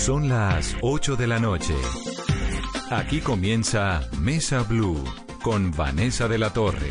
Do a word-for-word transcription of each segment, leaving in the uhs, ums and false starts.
Son las ocho de la noche. Aquí comienza Mesa Blue con Vanessa de la Torre.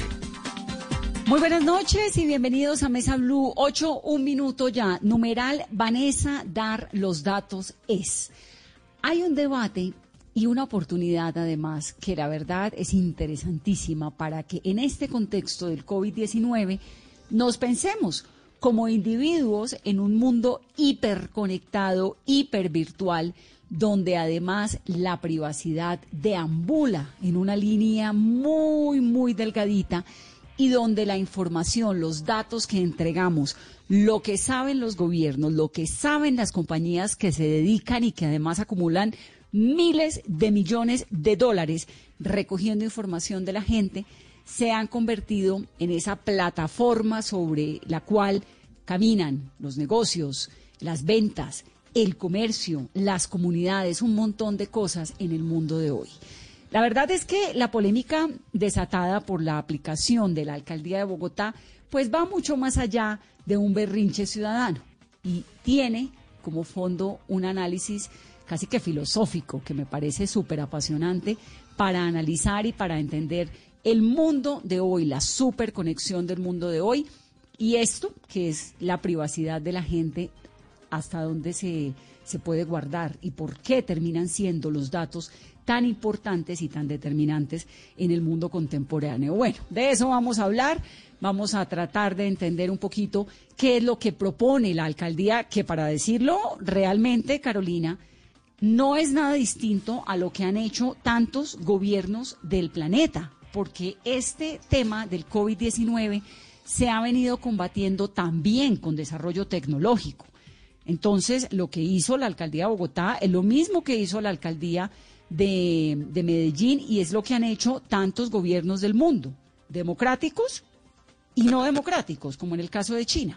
Muy buenas noches y bienvenidos a Mesa Blue. Ocho, un minuto ya. Numeral Vanessa, dar los datos es. Hay un debate y una oportunidad además que la verdad es interesantísima para que en este contexto del COVID diecinueve nos pensemos como individuos en un mundo hiperconectado, hipervirtual, donde además la privacidad deambula en una línea muy, muy delgadita y donde la información, los datos que entregamos, lo que saben los gobiernos, lo que saben las compañías que se dedican y que además acumulan miles de millones de dólares recogiendo información de la gente, se han convertido en esa plataforma sobre la cual caminan los negocios, las ventas, el comercio, las comunidades, un montón de cosas en el mundo de hoy. La verdad es que la polémica desatada por la aplicación de la Alcaldía de Bogotá pues va mucho más allá de un berrinche ciudadano y tiene como fondo un análisis casi que filosófico que me parece súper apasionante para analizar y para entender el mundo de hoy, la superconexión del mundo de hoy y esto que es la privacidad de la gente, hasta dónde se, se puede guardar y por qué terminan siendo los datos tan importantes y tan determinantes en el mundo contemporáneo. Bueno, de eso vamos a hablar, vamos a tratar de entender un poquito qué es lo que propone la alcaldía, que para decirlo realmente, Carolina, no es nada distinto a lo que han hecho tantos gobiernos del planeta, porque este tema del COVID diecinueve se ha venido combatiendo también con desarrollo tecnológico. Entonces, lo que hizo la alcaldía de Bogotá es lo mismo que hizo la alcaldía de, de Medellín y es lo que han hecho tantos gobiernos del mundo, democráticos y no democráticos, como en el caso de China.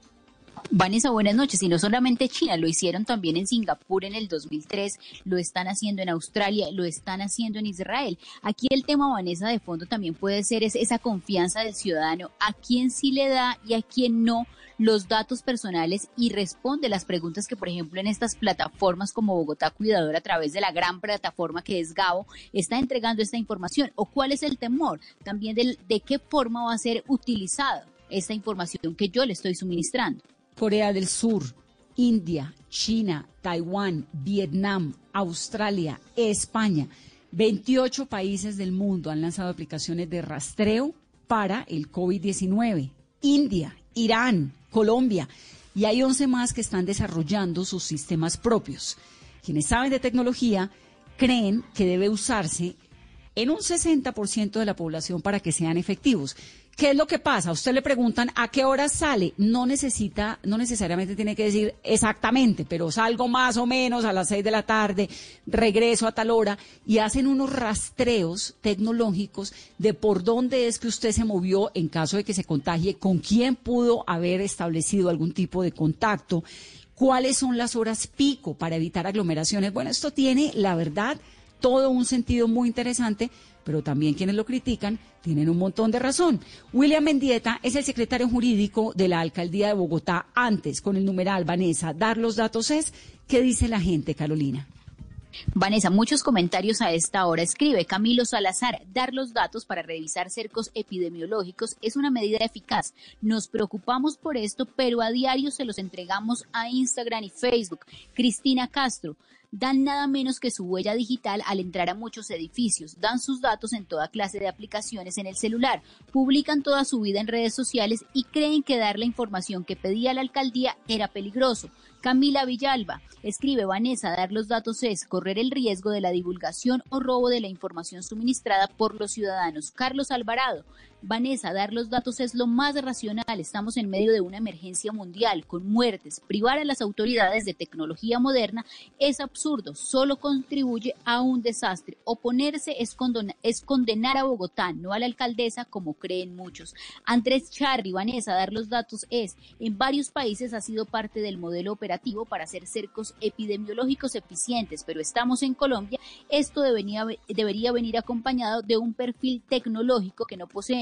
Vanessa, buenas noches. Y no solamente China, lo hicieron también en Singapur en el dos mil tres, lo están haciendo en Australia, lo están haciendo en Israel. Aquí el tema, Vanessa, de fondo también puede ser es esa confianza del ciudadano, a quién sí le da y a quién no los datos personales y responde las preguntas que, por ejemplo, en estas plataformas como Bogotá Cuidador, a través de la gran plataforma que es Gabo, está entregando esta información. ¿O cuál es el temor? También de, de qué forma va a ser utilizada esta información que yo le estoy suministrando. Corea del Sur, India, China, Taiwán, Vietnam, Australia, España, veintiocho países del mundo han lanzado aplicaciones de rastreo para el COVID diecinueve. India, Irán, Colombia y hay once más que están desarrollando sus sistemas propios. Quienes saben de tecnología creen que debe usarse en un sesenta por ciento de la población para que sean efectivos. ¿Qué es lo que pasa? A usted le preguntan a qué hora sale. No necesita, no necesariamente tiene que decir exactamente, pero salgo más o menos a las seis de la tarde, regreso a tal hora y hacen unos rastreos tecnológicos de por dónde es que usted se movió en caso de que se contagie, con quién pudo haber establecido algún tipo de contacto, cuáles son las horas pico para evitar aglomeraciones. Bueno, esto tiene, la verdad, todo un sentido muy interesante, pero también quienes lo critican tienen un montón de razón. William Mendieta es el secretario jurídico de la Alcaldía de Bogotá. Antes, con el numeral, Vanessa, dar los datos es, ¿qué dice la gente, Carolina? Vanessa, muchos comentarios a esta hora. Escribe Camilo Salazar, dar los datos para revisar cercos epidemiológicos es una medida eficaz. Nos preocupamos por esto, pero a diario se los entregamos a Instagram y Facebook. Cristina Castro, dan nada menos que su huella digital al entrar a muchos edificios, dan sus datos en toda clase de aplicaciones en el celular, publican toda su vida en redes sociales y creen que dar la información que pedía la alcaldía era peligroso. Camila Villalba escribe, Vanessa, dar los datos es correr el riesgo de la divulgación o robo de la información suministrada por los ciudadanos. Carlos Alvarado, Vanessa, dar los datos es lo más racional. Estamos en medio de una emergencia mundial con muertes. Privar a las autoridades de tecnología moderna es absurdo, solo contribuye a un desastre. Oponerse es, condona, es condenar a Bogotá, no a la alcaldesa, como creen muchos. Andrés Charri, Vanessa, dar los datos es, en varios países ha sido parte del modelo operativo para hacer cercos epidemiológicos eficientes, pero estamos en Colombia. Esto debería, debería venir acompañado de un perfil tecnológico que no poseemos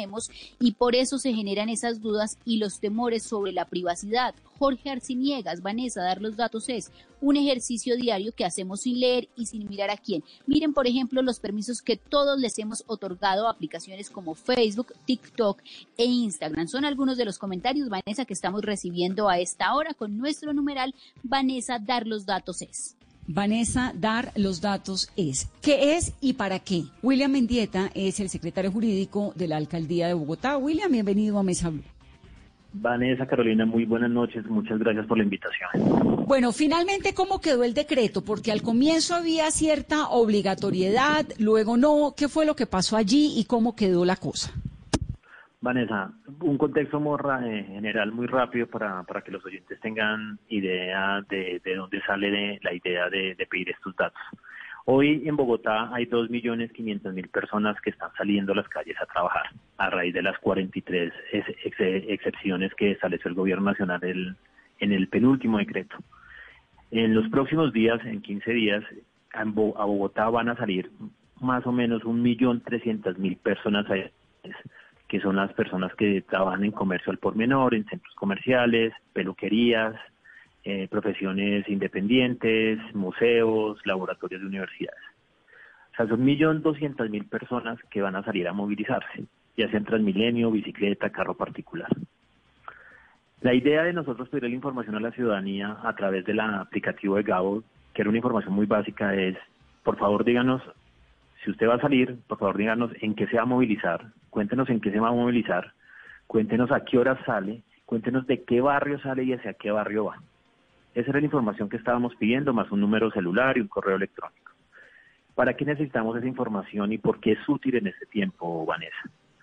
tenemos y por eso se generan esas dudas y los temores sobre la privacidad. Jorge Arciniegas, Vanessa, dar los datos es un ejercicio diario que hacemos sin leer y sin mirar a quién. Miren, por ejemplo, los permisos que todos les hemos otorgado a aplicaciones como Facebook, TikTok e Instagram. Son algunos de los comentarios, Vanessa, que estamos recibiendo a esta hora con nuestro numeral Vanessa, dar los datos es. Vanessa, dar los datos es. ¿Qué es y para qué? William Mendieta es el secretario jurídico de la Alcaldía de Bogotá. William, bienvenido a Mesa Blue. Vanessa, Carolina, muy buenas noches. Muchas gracias por la invitación. Bueno, finalmente, ¿cómo quedó el decreto? Porque al comienzo había cierta obligatoriedad, luego no. ¿Qué fue lo que pasó allí y cómo quedó la cosa? Vanessa, un contexto muy eh, general muy rápido para, para que los oyentes tengan idea de, de dónde sale de, la idea de, de pedir estos datos. Hoy en Bogotá hay dos millones quinientas mil personas que están saliendo a las calles a trabajar a raíz de las cuarenta y tres ex, ex, excepciones que estableció el gobierno nacional el, en el penúltimo decreto. En los próximos días, en quince días, a Bogotá van a salir más o menos un millón trescientas mil personas, que son las personas que trabajan en comercio al por menor, en centros comerciales, peluquerías, Eh, profesiones independientes, museos, laboratorios de universidades. O sea, son un millón doscientas mil personas que van a salir a movilizarse, ya sea en Transmilenio, bicicleta, carro particular. La idea de nosotros pedir la información a la ciudadanía a través del aplicativo de Gabo, que era una información muy básica, es, por favor díganos, si usted va a salir, por favor díganos en qué se va a movilizar, cuéntenos en qué se va a movilizar, cuéntenos a qué hora sale, cuéntenos de qué barrio sale y hacia qué barrio va. Esa era la información que estábamos pidiendo, más un número celular y un correo electrónico. ¿Para qué necesitamos esa información y por qué es útil en este tiempo, Vanessa?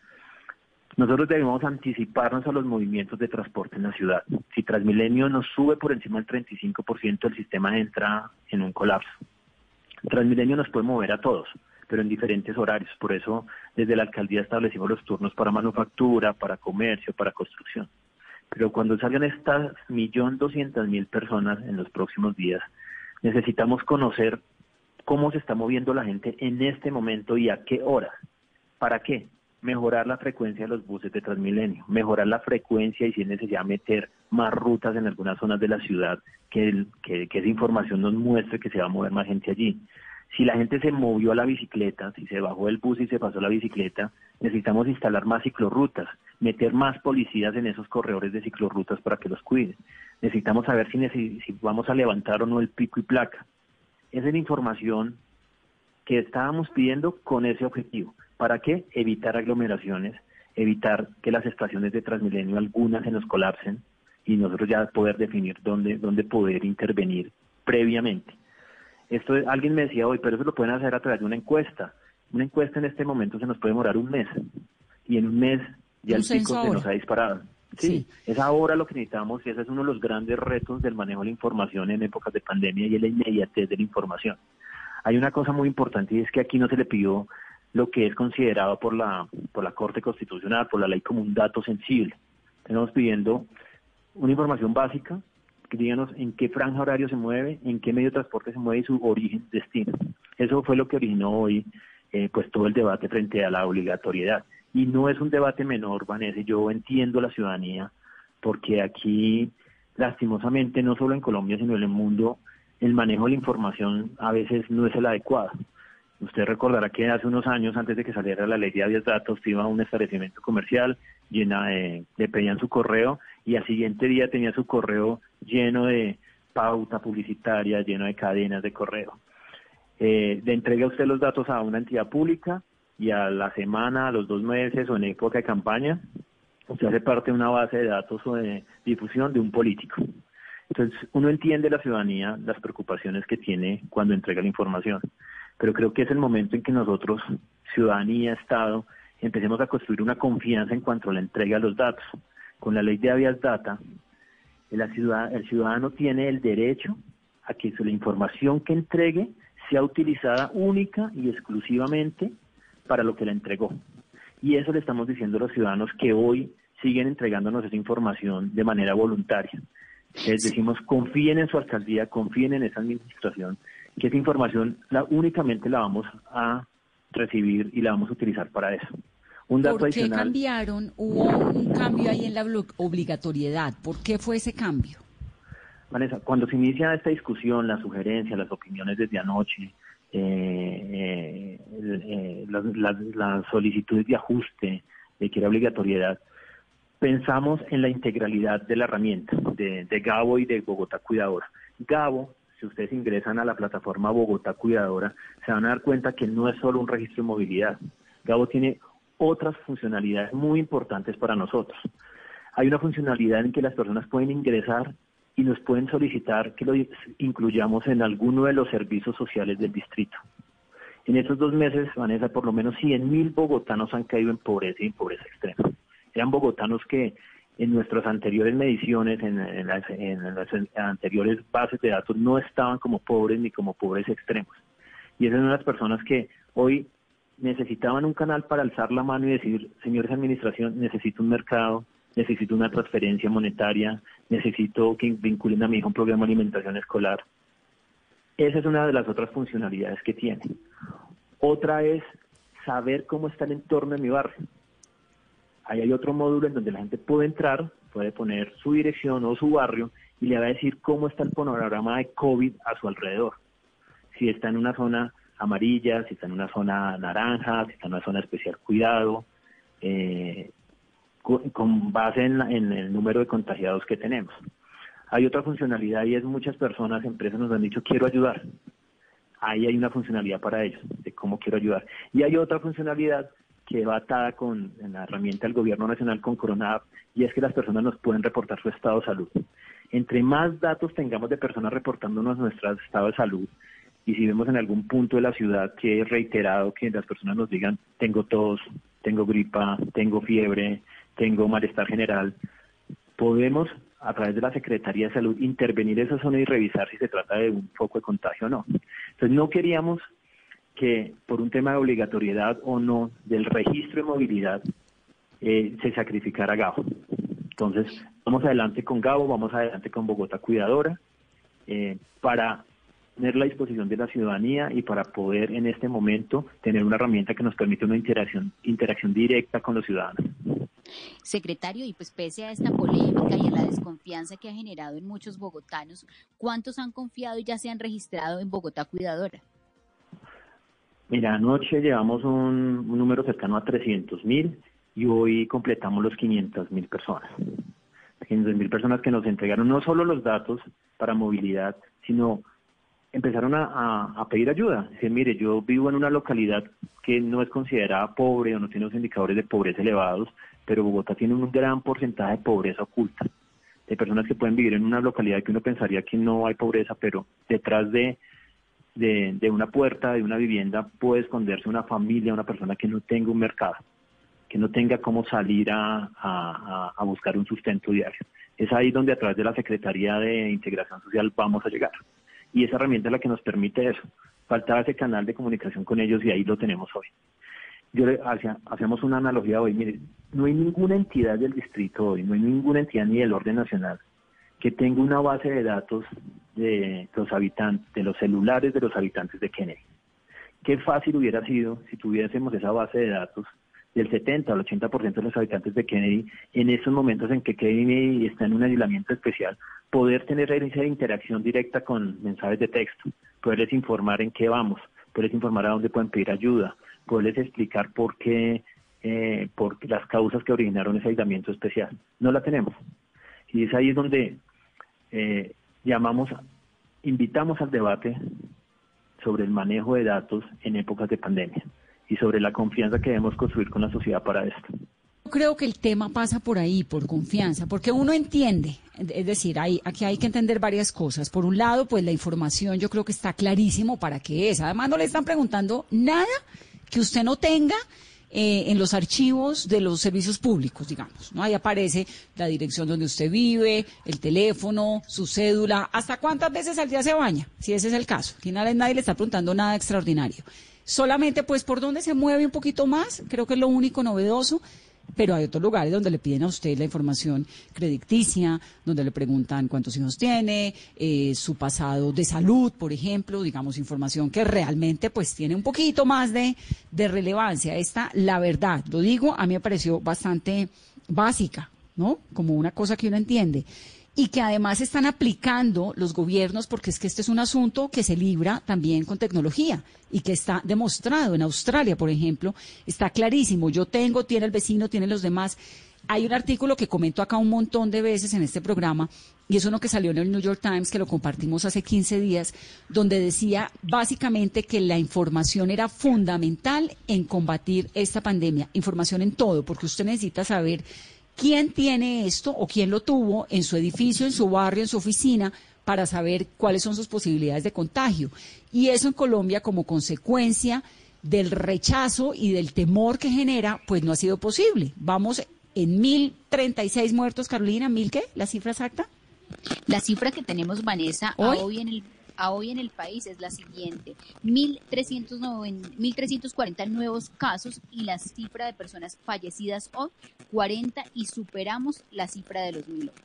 Nosotros debemos anticiparnos a los movimientos de transporte en la ciudad. Si Transmilenio nos sube por encima del treinta y cinco por ciento, el sistema entra en un colapso. Transmilenio nos puede mover a todos, pero en diferentes horarios. Por eso, desde la alcaldía establecimos los turnos para manufactura, para comercio, para construcción. Pero cuando salgan estas millón doscientas mil personas en los próximos días, necesitamos conocer cómo se está moviendo la gente en este momento y a qué hora. ¿Para qué? Mejorar la frecuencia de los buses de Transmilenio, mejorar la frecuencia y si es necesario meter más rutas en algunas zonas de la ciudad, que, el, que, que esa información nos muestre que se va a mover más gente allí. Si la gente se movió a la bicicleta, si se bajó del bus y se pasó a la bicicleta, necesitamos instalar más ciclorrutas, meter más policías en esos corredores de ciclorrutas para que los cuiden. Necesitamos saber si, neces- si vamos a levantar o no el pico y placa. Esa es la información que estábamos pidiendo con ese objetivo. ¿Para qué? Evitar aglomeraciones, evitar que las estaciones de Transmilenio algunas se nos colapsen y nosotros ya poder definir dónde, dónde poder intervenir previamente. Esto alguien me decía hoy, pero eso lo pueden hacer a través de una encuesta. Una encuesta en este momento se nos puede demorar un mes y en un mes ya el pico se nos ha disparado. Sí, sí, es ahora lo que necesitamos y ese es uno de los grandes retos del manejo de la información en épocas de pandemia y la inmediatez de la información. Hay una cosa muy importante y es que aquí no se le pidió lo que es considerado por la por la Corte Constitucional, por la ley como un dato sensible. Estamos pidiendo una información básica, que díganos en qué franja horario se mueve, en qué medio de transporte se mueve y su origen, destino. Eso fue lo que originó hoy eh, pues todo el debate frente a la obligatoriedad. Y no es un debate menor, Vanessa, yo entiendo la ciudadanía, porque aquí, lastimosamente, no solo en Colombia, sino en el mundo, el manejo de la información a veces no es el adecuado. Usted recordará que hace unos años, antes de que saliera la ley de habeas datos, iba a un establecimiento comercial, llena de, le pedían su correo y al siguiente día tenía su correo lleno de pauta publicitaria, lleno de cadenas de correo. Eh, le entrega usted los datos a una entidad pública y a la semana, a los dos meses o en época de campaña, usted hace parte de una base de datos o de difusión de un político. Entonces, uno entiende la ciudadanía, las preocupaciones que tiene cuando entrega la información, pero creo que es el momento en que nosotros, ciudadanía, Estado, empecemos a construir una confianza en cuanto a la entrega de los datos. Con la ley de habeas data, el ciudadano, el ciudadano tiene el derecho a que la información que entregue sea utilizada única y exclusivamente para lo que la entregó. Y eso le estamos diciendo a los ciudadanos que hoy siguen entregándonos esa información de manera voluntaria. Les decimos, confíen en su alcaldía, confíen en esa administración, que esa información la, únicamente la vamos a recibir y la vamos a utilizar para eso. Un dato ¿Por qué adicional, cambiaron? Hubo un cambio ahí en la obligatoriedad. ¿Por qué fue ese cambio? Vanessa, cuando se inicia esta discusión, las sugerencias, las opiniones desde anoche, eh, eh, eh, las, las, las solicitudes de ajuste de que era obligatoriedad, pensamos en la integralidad de la herramienta, de, de Gabo y de Bogotá Cuidadora. Gabo, si ustedes ingresan a la plataforma Bogotá Cuidadora, se van a dar cuenta que no es solo un registro de movilidad. Gabo tiene otras funcionalidades muy importantes para nosotros. Hay una funcionalidad en que las personas pueden ingresar y nos pueden solicitar que lo incluyamos en alguno de los servicios sociales del distrito. En estos dos meses, Vanessa, por lo menos cien mil bogotanos han caído en pobreza y en pobreza extrema. Eran bogotanos que en nuestras anteriores mediciones, en, en, las, en las anteriores bases de datos, no estaban como pobres ni como pobres extremos. Y esas son las personas que hoy necesitaban un canal para alzar la mano y decir, señores de administración, necesito un mercado, necesito una transferencia monetaria, necesito que vinculen a mi hijo a un programa de alimentación escolar. Esa es una de las otras funcionalidades que tiene. Otra es saber cómo está el entorno de mi barrio. Ahí hay otro módulo en donde la gente puede entrar, puede poner su dirección o su barrio y le va a decir cómo está el panorama de COVID a su alrededor. Si está en una zona amarilla, si está en una zona naranja, si está en una zona de especial cuidado, eh, con, con base en, la, en el número de contagiados que tenemos. Hay otra funcionalidad y es muchas personas, empresas nos han dicho quiero ayudar. Ahí hay una funcionalidad para ellos, de cómo quiero ayudar. Y hay otra funcionalidad que va atada con en la herramienta del Gobierno Nacional con Corona App, y es que las personas nos pueden reportar su estado de salud. Entre más datos tengamos de personas reportándonos nuestro estado de salud, y si vemos en algún punto de la ciudad que es reiterado que las personas nos digan tengo tos, tengo gripa, tengo fiebre, tengo malestar general, podemos a través de la Secretaría de Salud intervenir esa zona y revisar si se trata de un foco de contagio o no. Entonces no queríamos que por un tema de obligatoriedad o no del registro de movilidad eh, se sacrificara Gabo. Entonces vamos adelante con Gabo, vamos adelante con Bogotá Cuidadora eh, para tener la disposición de la ciudadanía y para poder en este momento tener una herramienta que nos permite una interacción, interacción directa con los ciudadanos. Secretario, y pues pese a esta polémica y a la desconfianza que ha generado en muchos bogotanos, ¿cuántos han confiado y ya se han registrado en Bogotá Cuidadora? Mira, anoche llevamos un, un número cercano a trescientos mil y hoy completamos los quinientas mil personas. quinientas mil personas que nos entregaron no solo los datos para movilidad, sino empezaron a, a, a pedir ayuda. Decir, mire, yo vivo en una localidad que no es considerada pobre o no tiene unos indicadores de pobreza elevados, pero Bogotá tiene un gran porcentaje de pobreza oculta. De personas que pueden vivir en una localidad que uno pensaría que no hay pobreza, pero detrás de, de, de una puerta, de una vivienda, puede esconderse una familia, una persona que no tenga un mercado, que no tenga cómo salir a, a, a buscar un sustento diario. Es ahí donde a través de la Secretaría de Integración Social vamos a llegar. Y esa herramienta es la que nos permite eso. Faltaba ese canal de comunicación con ellos y ahí lo tenemos hoy. Yo le hacía, hacemos una analogía hoy. Mire, no hay ninguna entidad del distrito hoy, no hay ninguna entidad ni del orden nacional que tenga una base de datos de los habitantes, de los celulares de los habitantes de Kennedy. Qué fácil hubiera sido si tuviésemos esa base de datos del setenta al ochenta por ciento de los habitantes de Kennedy, en esos momentos en que Kennedy está en un aislamiento especial, poder tener esa interacción directa con mensajes de texto, poderles informar en qué vamos, poderles informar a dónde pueden pedir ayuda, poderles explicar por qué, eh, por las causas que originaron ese aislamiento especial. No la tenemos. Y es ahí donde eh, llamamos, invitamos al debate sobre el manejo de datos en épocas de pandemia y sobre la confianza que debemos construir con la sociedad para esto. Yo creo que el tema pasa por ahí, por confianza, porque uno entiende, es decir, hay, aquí hay que entender varias cosas. Por un lado, pues la información yo creo que está clarísimo para qué es. Además, no le están preguntando nada que usted no tenga eh, en los archivos de los servicios públicos, digamos, ¿no? Ahí aparece la dirección donde usted vive, el teléfono, su cédula, hasta cuántas veces al día se baña, si ese es el caso. Aquí nadie, nadie le está preguntando nada extraordinario. Solamente, pues, por dónde se mueve un poquito más, creo que es lo único novedoso, Pero hay otros lugares donde le piden a usted la información crediticia, donde le preguntan cuántos hijos tiene, eh, su pasado de salud, por ejemplo, digamos, información que realmente pues tiene un poquito más de, de relevancia. Esta, la verdad, lo digo, a mí me pareció bastante básica, ¿no? Como una cosa que uno entiende. Y que además están aplicando los gobiernos, porque es que este es un asunto que se libra también con tecnología y que está demostrado en Australia, por ejemplo, está clarísimo. Yo tengo, tiene el vecino, tiene los demás. Hay un artículo que comento acá un montón de veces en este programa, y es uno que salió en el New York Times, que lo compartimos hace quince días, donde decía básicamente que la información era fundamental en combatir esta pandemia. Información en todo, porque usted necesita saber quién tiene esto o quién lo tuvo en su edificio, en su barrio, en su oficina, para saber cuáles son sus posibilidades de contagio. Y eso en Colombia, como consecuencia del rechazo y del temor que genera, pues no ha sido posible. Vamos en mil treinta y seis muertos, Carolina, ¿mil qué? ¿La cifra exacta? La cifra que tenemos, Vanessa, ¿Hoy? a hoy en el A hoy en el país es la siguiente: mil trescientos cuarenta nuevos casos y la cifra de personas fallecidas hoy, cuarenta, y superamos la cifra de los mil.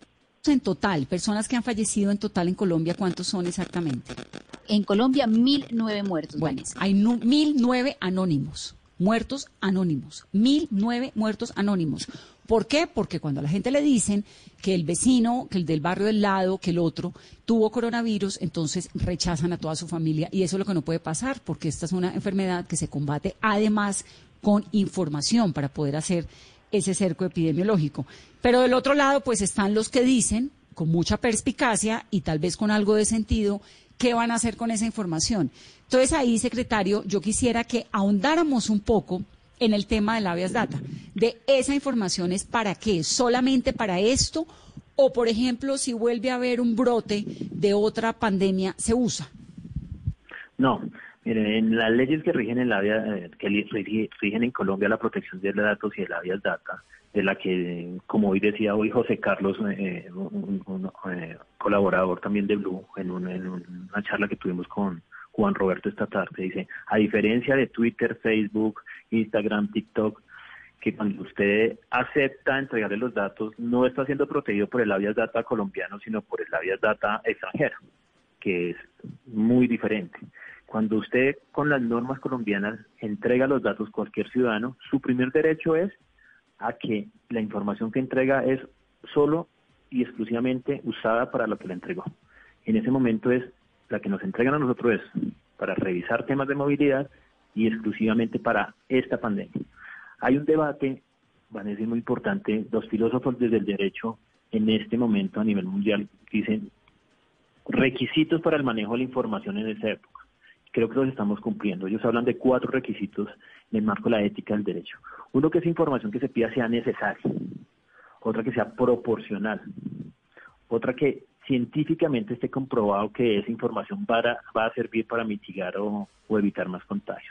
En total, personas que han fallecido en total en Colombia, ¿cuántos son exactamente? En Colombia, mil nueve muertos, Bueno, Vanessa. hay nu- mil nueve anónimos, muertos anónimos, mil nueve muertos anónimos. ¿Por qué? Porque cuando a la gente le dicen que el vecino, que el del barrio del lado, que el otro tuvo coronavirus, entonces rechazan a toda su familia, y eso es lo que no puede pasar, porque esta es una enfermedad que se combate además con información para poder hacer ese cerco epidemiológico. Pero del otro lado, pues están los que dicen, con mucha perspicacia y tal vez con algo de sentido, qué van a hacer con esa información. Entonces ahí, secretario, yo quisiera que ahondáramos un poco en el tema del habeas data, de esa información. ¿Es para qué? ¿Solamente para esto? O, por ejemplo, si vuelve a haber un brote de otra pandemia, ¿se usa? No, mire, en las leyes que rigen el habeas, eh, que li- rigi- rigen en Colombia la protección de datos y el habeas data, de la que, como hoy decía hoy José Carlos, eh, un, un, eh, colaborador también de Blue, en, un, en una charla que tuvimos con Juan Roberto esta tarde, dice, a diferencia de Twitter, Facebook, Instagram, TikTok, que cuando usted acepta entregarle los datos, no está siendo protegido por el habeas data colombiano, sino por el habeas data extranjero, que es muy diferente. Cuando usted con las normas colombianas entrega los datos a cualquier ciudadano, su primer derecho es a que la información que entrega es solo y exclusivamente usada para lo que le entregó. En ese momento es la que nos entregan a nosotros es para revisar temas de movilidad y exclusivamente para esta pandemia. Hay un debate, Vanessa, muy importante. Los filósofos desde el derecho en este momento a nivel mundial dicen requisitos para el manejo de la información en esa época. Creo que los estamos cumpliendo. Ellos hablan de cuatro requisitos en el marco de la ética del derecho. Uno, que esa información que se pida sea necesaria. Otra, que sea proporcional. Otra, que científicamente esté comprobado que esa información va a, va a servir para mitigar o, o evitar más contagios.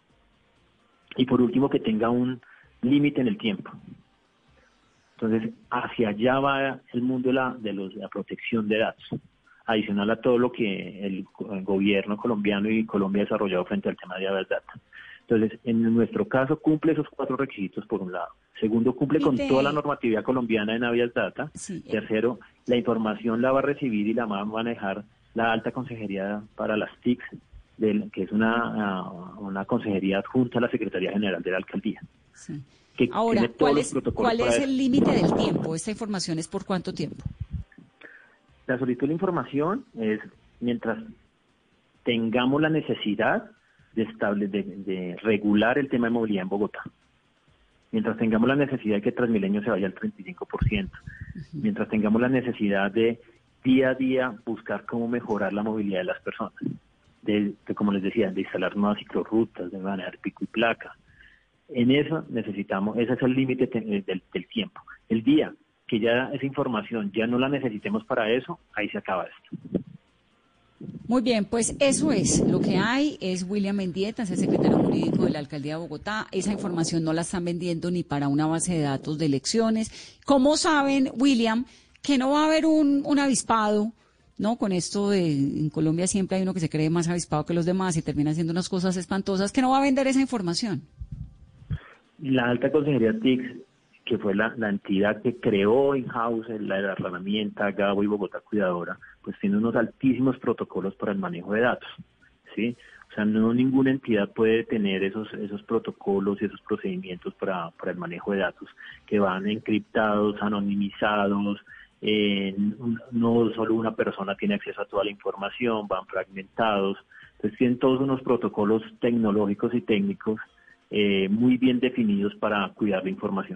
Y por último, que tenga un límite en el tiempo. Entonces, hacia allá va el mundo de la, de los, de la protección de datos, adicional a todo lo que el, el gobierno colombiano y Colombia ha desarrollado frente al tema de habeas data. Entonces, en nuestro caso cumple esos cuatro requisitos por un lado. Segundo, cumple con Dice- toda la normatividad colombiana en habeas data. Sí. Tercero, la información la va a recibir y la va a manejar la alta consejería para las T I C, del, que es una, uh, una consejería adjunta a la Secretaría General de la Alcaldía. Sí. Que Ahora, tiene todos ¿cuál los es, protocolos ¿cuál para es eso. el límite del tiempo? ¿Esta información es por cuánto tiempo? La solicitud de información es mientras tengamos la necesidad de, estable, de, de regular el tema de movilidad en Bogotá. Mientras tengamos la necesidad de que Transmilenio se vaya al treinta y cinco por ciento. Uh-huh. Mientras tengamos la necesidad de día a día buscar cómo mejorar la movilidad de las personas. De, de como les decía, de instalar nuevas ciclorrutas, de manejar pico y placa. En eso necesitamos, ese es el límite del, del tiempo. El día que ya esa información ya no la necesitemos para eso, ahí se acaba esto. Muy bien, pues eso es lo que hay. Es William Mendieta, es el secretario jurídico de la Alcaldía de Bogotá. Esa información no la están vendiendo ni para una base de datos de elecciones. ¿Cómo saben, William, que no va a haber un, un avispado? ¿No? Con esto de, en Colombia siempre hay uno que se cree más avispado que los demás y termina haciendo unas cosas espantosas, que no va a vender esa información. La Alta Consejería T I C S, que fue la, la entidad que creó in-house la, la herramienta Gabo y Bogotá Cuidadora, pues tiene unos altísimos protocolos para el manejo de datos, ¿sí? O sea, no ninguna entidad puede tener esos esos protocolos y esos procedimientos para, para el manejo de datos que van encriptados, anonimizados, eh, no solo una persona tiene acceso a toda la información, van fragmentados, entonces tienen todos unos protocolos tecnológicos y técnicos eh, muy bien definidos para cuidar la información.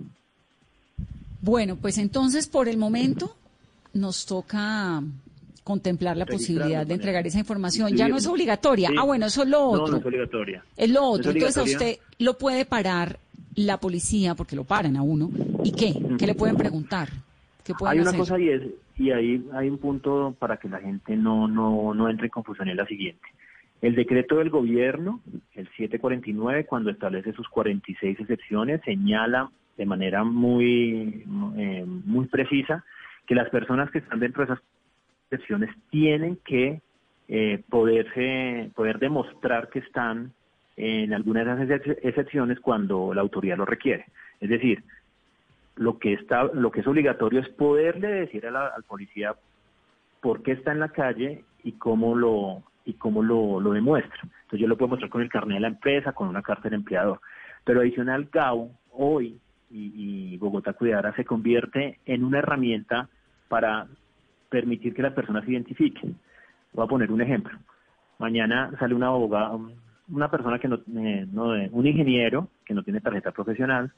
Bueno, pues entonces por el momento nos toca contemplar la posibilidad de entregar esa información. Ya no es obligatoria. Sí. Ah, bueno, eso es lo otro. No, no es obligatoria. Es lo otro. No es Entonces a usted lo puede parar la policía, porque lo paran a uno. ¿Y qué? ¿Qué le pueden preguntar? ¿Qué pueden hay una hacer? cosa y es, y ahí hay un punto para que la gente no, no, no entre en confusión, es la siguiente. El decreto del gobierno, el setecientos cuarenta y nueve, cuando establece sus cuarenta y seis excepciones, señala de manera muy, eh, muy precisa que las personas que están dentro de esas excepciones tienen que eh, poderse, poder demostrar que están en alguna de esas excepciones cuando la autoridad lo requiere. Es decir, lo que está, lo que es obligatorio es poderle decir a la, al policía por qué está en la calle y cómo lo y cómo lo, lo demuestra. Entonces yo lo puedo mostrar con el carnet de la empresa, con una carta del empleador. Pero adicional, Gabo, hoy, y, y Bogotá Cuidadora se convierte en una herramienta para permitir que las personas se identifiquen. Voy a poner un ejemplo. Mañana sale una abogada, una persona que no, eh, no un ingeniero que no tiene tarjeta profesional,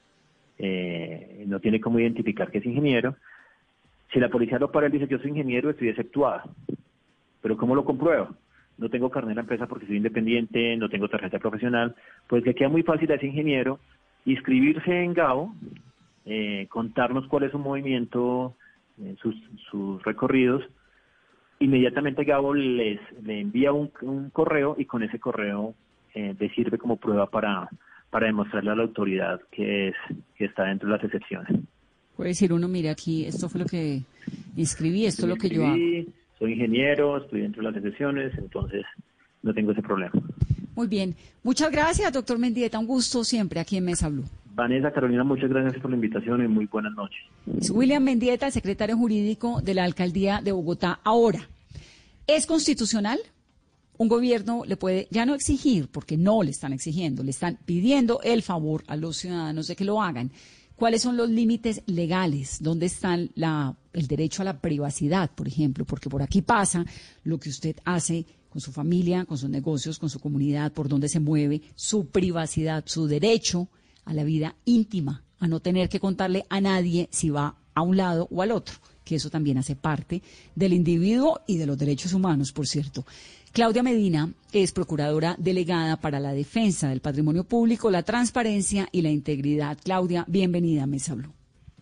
eh, no tiene cómo identificar que es ingeniero. Si la policía lo para, él dice, yo soy ingeniero, estoy exceptuada. Pero ¿cómo lo compruebo? No tengo carnet de la empresa porque soy independiente, no tengo tarjeta profesional. Pues le queda muy fácil a ese ingeniero inscribirse en Gabo, eh, contarnos cuál es su movimiento, eh, sus, sus recorridos. Inmediatamente Gabo les le envía un, un correo y con ese correo eh, le sirve como prueba para, para demostrarle a la autoridad que, es, que está dentro de las excepciones. Puede decir uno, mire, aquí esto fue lo que inscribí, esto es lo que yo hago. Soy ingeniero, estoy dentro de las excepciones, entonces no tengo ese problema. Muy bien. Muchas gracias, doctor Mendieta. Un gusto siempre aquí en Mesa Blue. Vanessa, Carolina, muchas gracias por la invitación y muy buenas noches. Es William Mendieta, secretario jurídico de la Alcaldía de Bogotá. Ahora, ¿es constitucional? Un gobierno le puede ya no exigir, porque no le están exigiendo, le están pidiendo el favor a los ciudadanos de que lo hagan. ¿Cuáles son los límites legales? ¿Dónde está la, el derecho a la privacidad, por ejemplo? Porque por aquí pasa lo que usted hace con su familia, con sus negocios, con su comunidad, por dónde se mueve, su privacidad, su derecho a la vida íntima, a no tener que contarle a nadie si va a un lado o al otro, que eso también hace parte del individuo y de los derechos humanos, por cierto. Claudia Medina es procuradora delegada para la defensa del patrimonio público, la transparencia y la integridad. Claudia, bienvenida a Mesa Blue.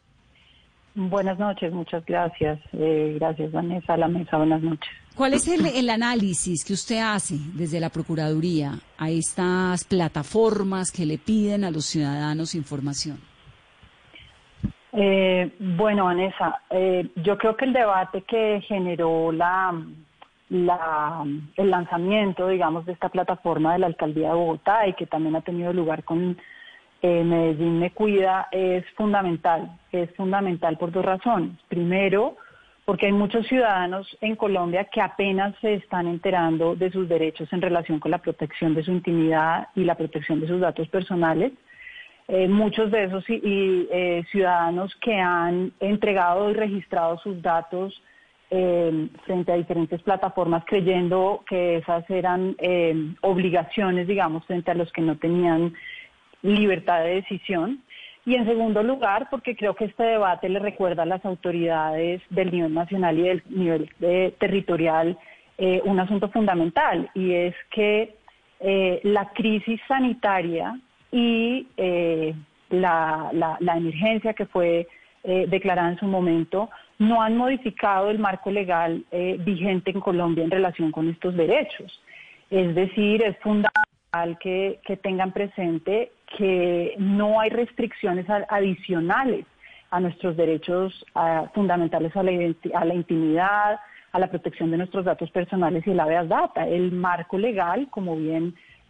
Buenas noches, muchas gracias. Eh, gracias, Vanessa, a la mesa, buenas noches. ¿Cuál es el, el análisis que usted hace desde la Procuraduría a estas plataformas que le piden a los ciudadanos información? Eh, bueno, Vanessa, eh, yo creo que el debate que generó la... La, el lanzamiento, digamos, de esta plataforma de la Alcaldía de Bogotá y que también ha tenido lugar con eh, Medellín Me Cuida es fundamental. Es fundamental por dos razones. Primero, porque hay muchos ciudadanos en Colombia que apenas se están enterando de sus derechos en relación con la protección de su intimidad y la protección de sus datos personales. Eh, muchos de esos y, y, eh, ciudadanos que han entregado y registrado sus datos Eh, frente a diferentes plataformas creyendo que esas eran eh, obligaciones, digamos, frente a los que no tenían libertad de decisión. Y en segundo lugar, porque creo que este debate le recuerda a las autoridades del nivel nacional y del nivel eh, territorial eh, un asunto fundamental, y es que eh, la crisis sanitaria y eh, la, la, la emergencia que fue eh, declarada en su momento no han modificado el marco legal eh, vigente en Colombia en relación con estos derechos. Es decir, es fundamental que, que tengan presente que no hay restricciones a, adicionales a nuestros derechos a, fundamentales a la, a la intimidad, a la protección de nuestros datos personales y el habeas data. El marco legal, como bien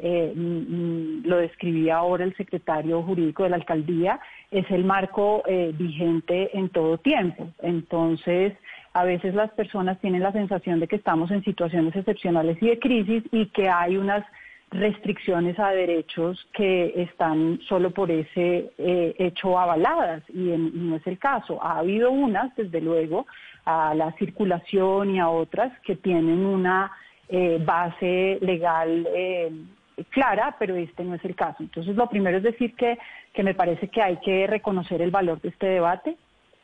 eh, mm, lo describía ahora el secretario jurídico de la alcaldía, es el marco eh, vigente en todo tiempo. Entonces, a veces las personas tienen la sensación de que estamos en situaciones excepcionales y de crisis y que hay unas restricciones a derechos que están solo por ese eh, hecho avaladas, y, en, y no es el caso. Ha habido unas, desde luego, a la circulación y a otras que tienen una eh, base legal eh, clara, pero este no es el caso. Entonces, lo primero es decir que, que me parece que hay que reconocer el valor de este debate,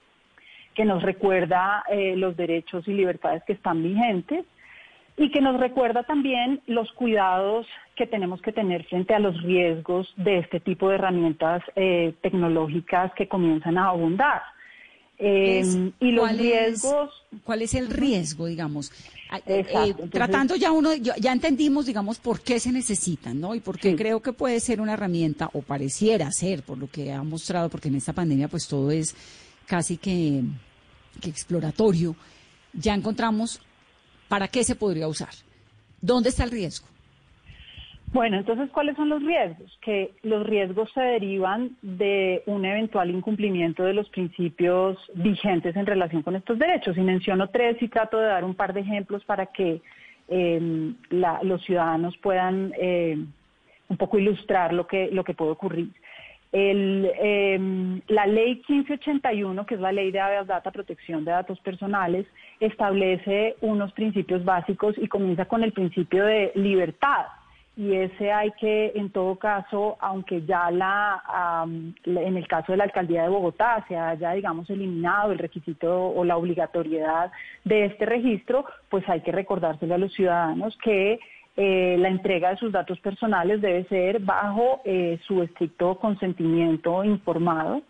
que nos recuerda eh, los derechos y libertades que están vigentes, y que nos recuerda también los cuidados que tenemos que tener frente a los riesgos de este tipo de herramientas eh, tecnológicas que comienzan a abundar. Eh, Es, y los ¿cuál riesgos... Es, ¿Cuál es el riesgo, digamos? Eh, Exacto, eh, entonces, tratando ya uno, ya, ya entendimos, digamos, por qué se necesitan, ¿no? Y por qué sí. creo que puede ser una herramienta, o pareciera ser, por lo que ha mostrado, porque en esta pandemia pues todo es casi que, que exploratorio. Ya encontramos para qué se podría usar. ¿Dónde está el riesgo? Bueno, entonces, ¿cuáles son los riesgos? Que los riesgos se derivan de un eventual incumplimiento de los principios vigentes en relación con estos derechos. Y menciono tres y trato de dar un par de ejemplos para que eh, la, los ciudadanos puedan eh, un poco ilustrar lo que, lo que puede ocurrir. El, eh, la ley quince ochenta y uno, que es la ley de Habeas Data, protección de datos personales, establece unos principios básicos y comienza con el principio de libertad. Y ese hay que, en todo caso, aunque ya la, um, en el caso de la Alcaldía de Bogotá se haya, digamos, eliminado el requisito o la obligatoriedad de este registro, pues hay que recordárselo a los ciudadanos que Eh, la entrega de sus datos personales debe ser bajo eh, su estricto consentimiento informado,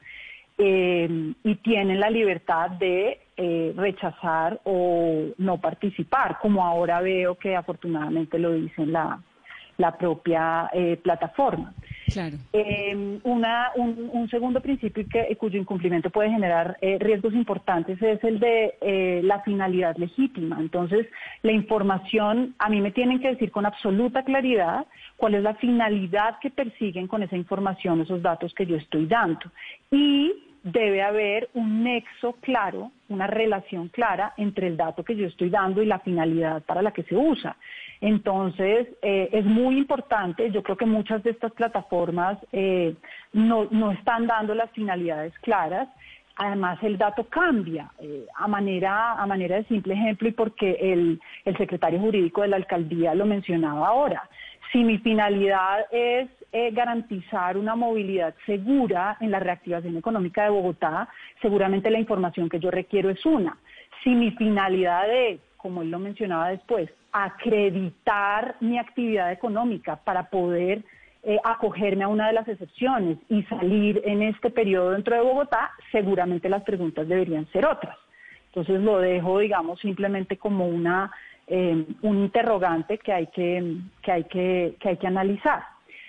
eh, y tienen la libertad de eh, rechazar o no participar, como ahora veo que afortunadamente lo dice la, la propia eh, plataforma. Claro. Eh, una, un, un segundo principio que, cuyo incumplimiento puede generar eh, riesgos importantes es el de eh, la finalidad legítima. Entonces, la información, a mí me tienen que decir con absoluta claridad cuál es la finalidad que persiguen con esa información, esos datos que yo estoy dando. Y debe haber un nexo claro, una relación clara entre el dato que yo estoy dando y la finalidad para la que se usa. Entonces, eh, es muy importante, yo creo que muchas de estas plataformas eh, no, no están dando las finalidades claras. Además, el dato cambia eh, a manera a manera de simple ejemplo, y porque el, el secretario jurídico de la alcaldía lo mencionaba ahora. Si mi finalidad es eh, garantizar una movilidad segura en la reactivación económica de Bogotá, seguramente la información que yo requiero es una. Si mi finalidad es, como él lo mencionaba después, acreditar mi actividad económica para poder eh, acogerme a una de las excepciones y salir en este periodo dentro de Bogotá, seguramente las preguntas deberían ser otras. Entonces lo dejo, digamos, simplemente como una eh, un interrogante que hay que que hay que que hay que analizar.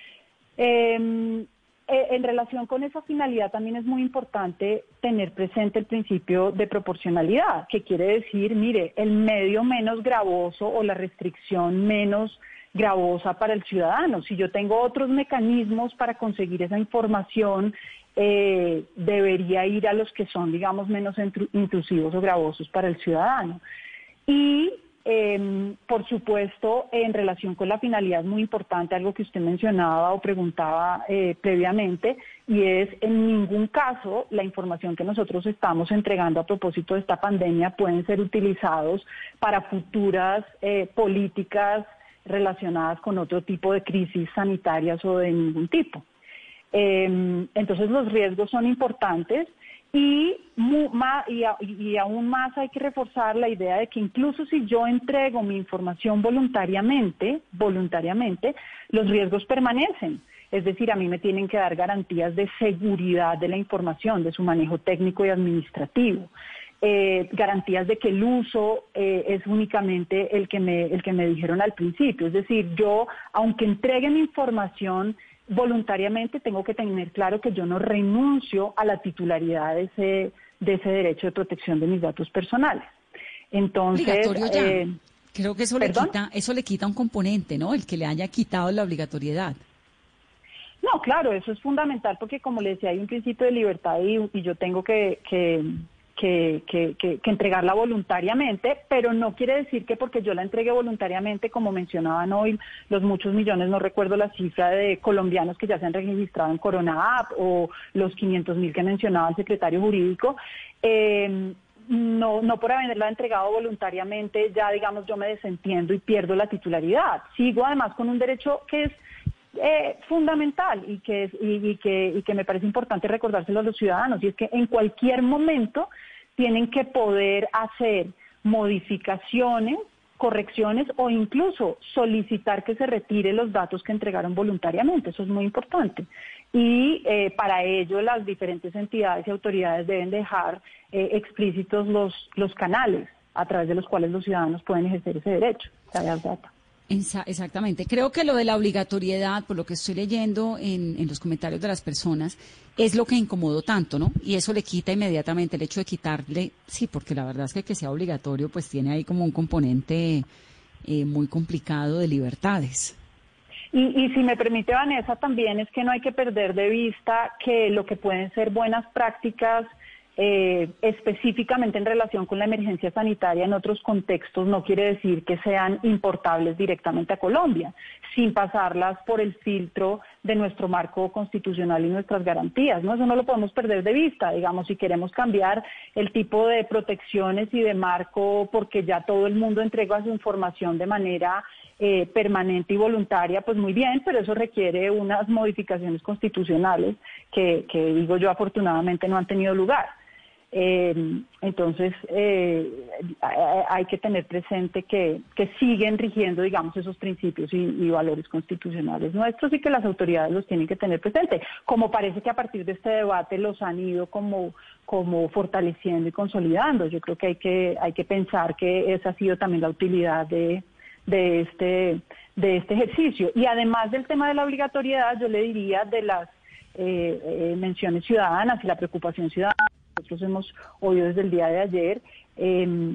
Eh, En relación con esa finalidad también es muy importante tener presente el principio de proporcionalidad, que quiere decir, mire, el medio menos gravoso o la restricción menos gravosa para el ciudadano. Si yo tengo otros mecanismos para conseguir esa información, eh, debería ir a los que son, digamos, menos intrusivos o gravosos para el ciudadano. Y Eh, por supuesto, en relación con la finalidad, muy importante, algo que usted mencionaba o preguntaba eh, previamente, y es, en ningún caso la información que nosotros estamos entregando a propósito de esta pandemia pueden ser utilizados para futuras eh, políticas relacionadas con otro tipo de crisis sanitarias o de ningún tipo. Eh, entonces, los riesgos son importantes. Y, y, y aún más hay que reforzar la idea de que incluso si yo entrego mi información voluntariamente, voluntariamente, los riesgos permanecen. Es decir, a mí me tienen que dar garantías de seguridad de la información, de su manejo técnico y administrativo. Eh, garantías de que el uso eh, es únicamente el que me, el que me dijeron al principio. Es decir, yo, aunque entregue mi información voluntariamente, tengo que tener claro que yo no renuncio a la titularidad de ese, de ese derecho de protección de mis datos personales. Entonces, obligatorio ya, eh, Creo que eso le quita, eso le quita un componente, ¿no? El que le haya quitado la obligatoriedad. No, claro, eso es fundamental porque, como le decía, hay un principio de libertad y, y yo tengo que, que, que, que, que, que entregarla voluntariamente, pero no quiere decir que porque yo la entregue voluntariamente, como mencionaban hoy, los muchos millones, no recuerdo la cifra de colombianos que ya se han registrado en Corona App o los quinientos mil que mencionaba el secretario jurídico, eh, no, no por haberla entregado voluntariamente, ya digamos yo me desentiendo y pierdo la titularidad. Sigo además con un derecho que es Eh, fundamental y que, es, y, y, que, y que me parece importante recordárselo a los ciudadanos, y es que en cualquier momento tienen que poder hacer modificaciones, correcciones o incluso solicitar que se retire los datos que entregaron voluntariamente. Eso es muy importante. Y eh, para ello las diferentes entidades y autoridades deben dejar eh, explícitos los, los canales a través de los cuales los ciudadanos pueden ejercer ese derecho, la data. Exactamente. Creo que lo de la obligatoriedad, por lo que estoy leyendo en, en los comentarios de las personas, es lo que incomodó tanto, ¿no? Y eso le quita inmediatamente el hecho de quitarle, sí, porque la verdad es que que sea obligatorio, pues tiene ahí como un componente eh, muy complicado de libertades. Y, y si me permite, Vanessa, también es que no hay que perder de vista que lo que pueden ser buenas prácticas Eh, específicamente en relación con la emergencia sanitaria en otros contextos no quiere decir que sean importables directamente a Colombia, sin pasarlas por el filtro de nuestro marco constitucional y nuestras garantías, ¿no? Eso no lo podemos perder de vista, digamos, si queremos cambiar el tipo de protecciones y de marco porque ya todo el mundo entrega su información de manera eh, permanente y voluntaria, pues muy bien, pero eso requiere unas modificaciones constitucionales que, que digo yo, afortunadamente no han tenido lugar. Eh, entonces eh, hay que tener presente que, que siguen rigiendo, digamos, esos principios y, y valores constitucionales nuestros y que las autoridades los tienen que tener presente, como parece que a partir de este debate los han ido como, como fortaleciendo y consolidando. Yo creo que hay que hay que pensar que esa ha sido también la utilidad de, de este de este ejercicio. Y además del tema de la obligatoriedad, yo le diría de las eh, eh, menciones ciudadanas y la preocupación ciudadana. Nosotros hemos oído desde el día de ayer, eh,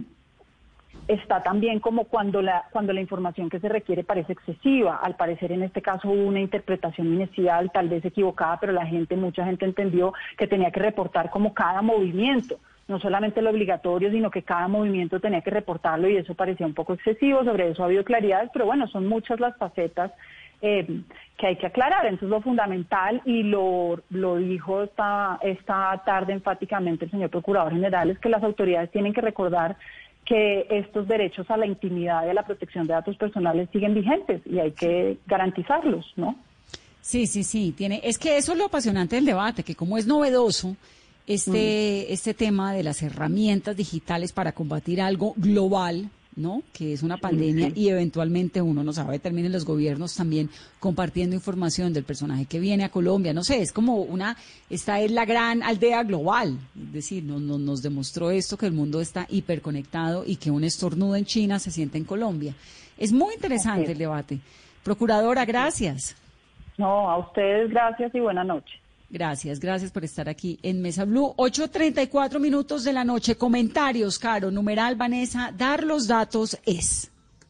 está también como cuando la cuando la información que se requiere parece excesiva. Al parecer en este caso hubo una interpretación inicial, tal vez equivocada, pero la gente, mucha gente entendió que tenía que reportar como cada movimiento, no solamente lo obligatorio, sino que cada movimiento tenía que reportarlo y eso parecía un poco excesivo. Sobre eso ha habido claridades, pero bueno, son muchas las facetas Eh, que hay que aclarar. Entonces lo fundamental, y lo, lo dijo esta, esta tarde enfáticamente el señor Procurador General, es que las autoridades tienen que recordar que estos derechos a la intimidad y a la protección de datos personales siguen vigentes y hay que garantizarlos, ¿no? Sí, sí, sí. Tiene, es que eso es lo apasionante del debate, que como es novedoso este, mm. este tema de las herramientas digitales para combatir algo global, ¿no? Que es una pandemia, sí, sí. Y eventualmente uno no sabe, terminen los gobiernos también compartiendo información del personaje que viene a Colombia, no sé, es como una, esta es la gran aldea global, es decir, no, no, nos demostró esto que el mundo está hiperconectado y que un estornudo en China se siente en Colombia. Es muy interesante, okay, el debate. Procuradora, gracias. No, a ustedes gracias y buena noche. Gracias, gracias por estar aquí en Mesa Blue. ocho treinta y cuatro minutos de la noche. Comentarios, Caro, numeral Vanessa, dar los datos es.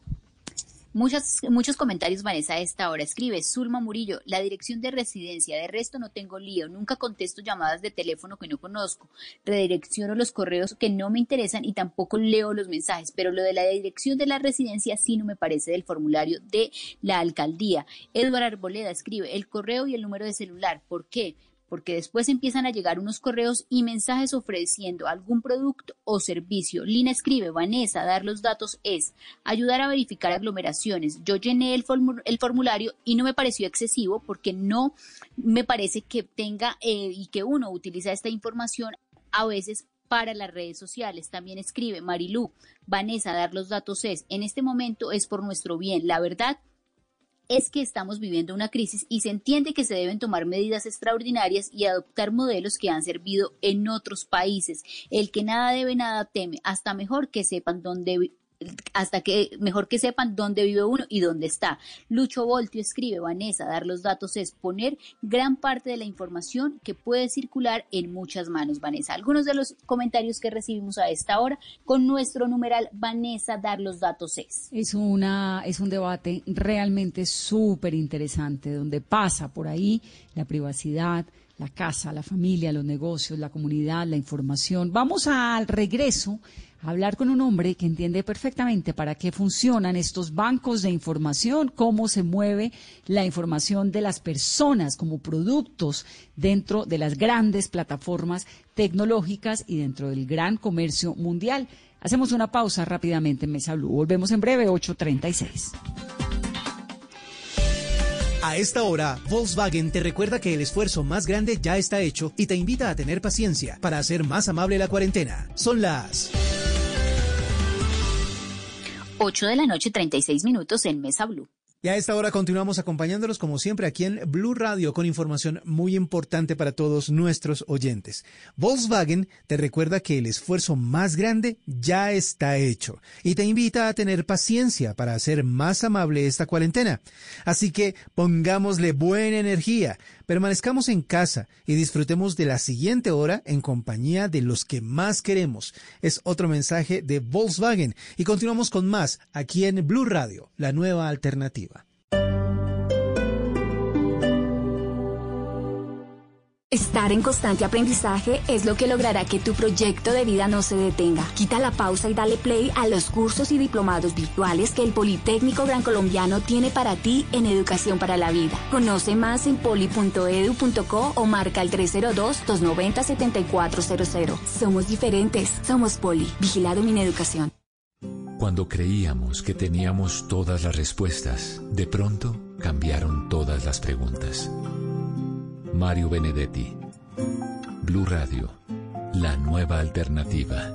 Muchas, muchos comentarios, Vanessa, a esta hora. Escribe Zulma Murillo, la dirección de residencia, de resto no tengo lío, nunca contesto llamadas de teléfono que no conozco, redirecciono los correos que no me interesan y tampoco leo los mensajes, pero lo de la dirección de la residencia sí no me parece del formulario de la alcaldía. Edward Arboleda escribe, el correo y el número de celular, ¿por qué? Porque después empiezan a llegar unos correos y mensajes ofreciendo algún producto o servicio. Lina escribe, Vanessa, dar los datos es ayudar a verificar aglomeraciones. Yo llené el, formu- el formulario y no me pareció excesivo porque no me parece que tenga eh, y que uno utiliza esta información a veces para las redes sociales. También escribe Marilú, Vanessa, dar los datos es, en este momento es por nuestro bien. La verdad es que estamos viviendo una crisis y se entiende que se deben tomar medidas extraordinarias y adoptar modelos que han servido en otros países. El que nada debe, nada teme. Hasta mejor que sepan dónde hasta que mejor que sepan dónde vive uno y dónde está. Lucho Voltio escribe, Vanessa, dar los datos es poner gran parte de la información que puede circular en muchas manos, Vanessa. Algunos de los comentarios que recibimos a esta hora con nuestro numeral Vanessa, dar los datos es. Es, una, es un debate realmente súper interesante, donde pasa por ahí la privacidad, la casa, la familia, los negocios, la comunidad, la información. Vamos al regreso a hablar con un hombre que entiende perfectamente para qué funcionan estos bancos de información, cómo se mueve la información de las personas como productos dentro de las grandes plataformas tecnológicas y dentro del gran comercio mundial. Hacemos una pausa rápidamente en Mesa Blue. Volvemos en breve, ocho treinta y seis. A esta hora, Volkswagen te recuerda que el esfuerzo más grande ya está hecho y te invita a tener paciencia para hacer más amable la cuarentena. Son las ocho de la noche, treinta y seis minutos en Mesa Blue. Y a esta hora continuamos acompañándolos como siempre aquí en Blue Radio con información muy importante para todos nuestros oyentes. Volkswagen te recuerda que el esfuerzo más grande ya está hecho y te invita a tener paciencia para hacer más amable esta cuarentena. Así que pongámosle buena energía, permanezcamos en casa y disfrutemos de la siguiente hora en compañía de los que más queremos. Es otro mensaje de Volkswagen y continuamos con más aquí en Blue Radio, la nueva alternativa. Estar en constante aprendizaje es lo que logrará que tu proyecto de vida no se detenga. Quita la pausa y dale play a los cursos y diplomados virtuales que el Politécnico Gran Colombiano tiene para ti en Educación para la Vida. Conoce más en poli punto edu punto co o marca el tres cero dos, dos nueve cero, siete cuatro cero cero. Somos diferentes, somos Poli. Vigilado Mineducación. Cuando creíamos que teníamos todas las respuestas, de pronto cambiaron todas las preguntas. Mario Benedetti, Blue Radio, la nueva alternativa.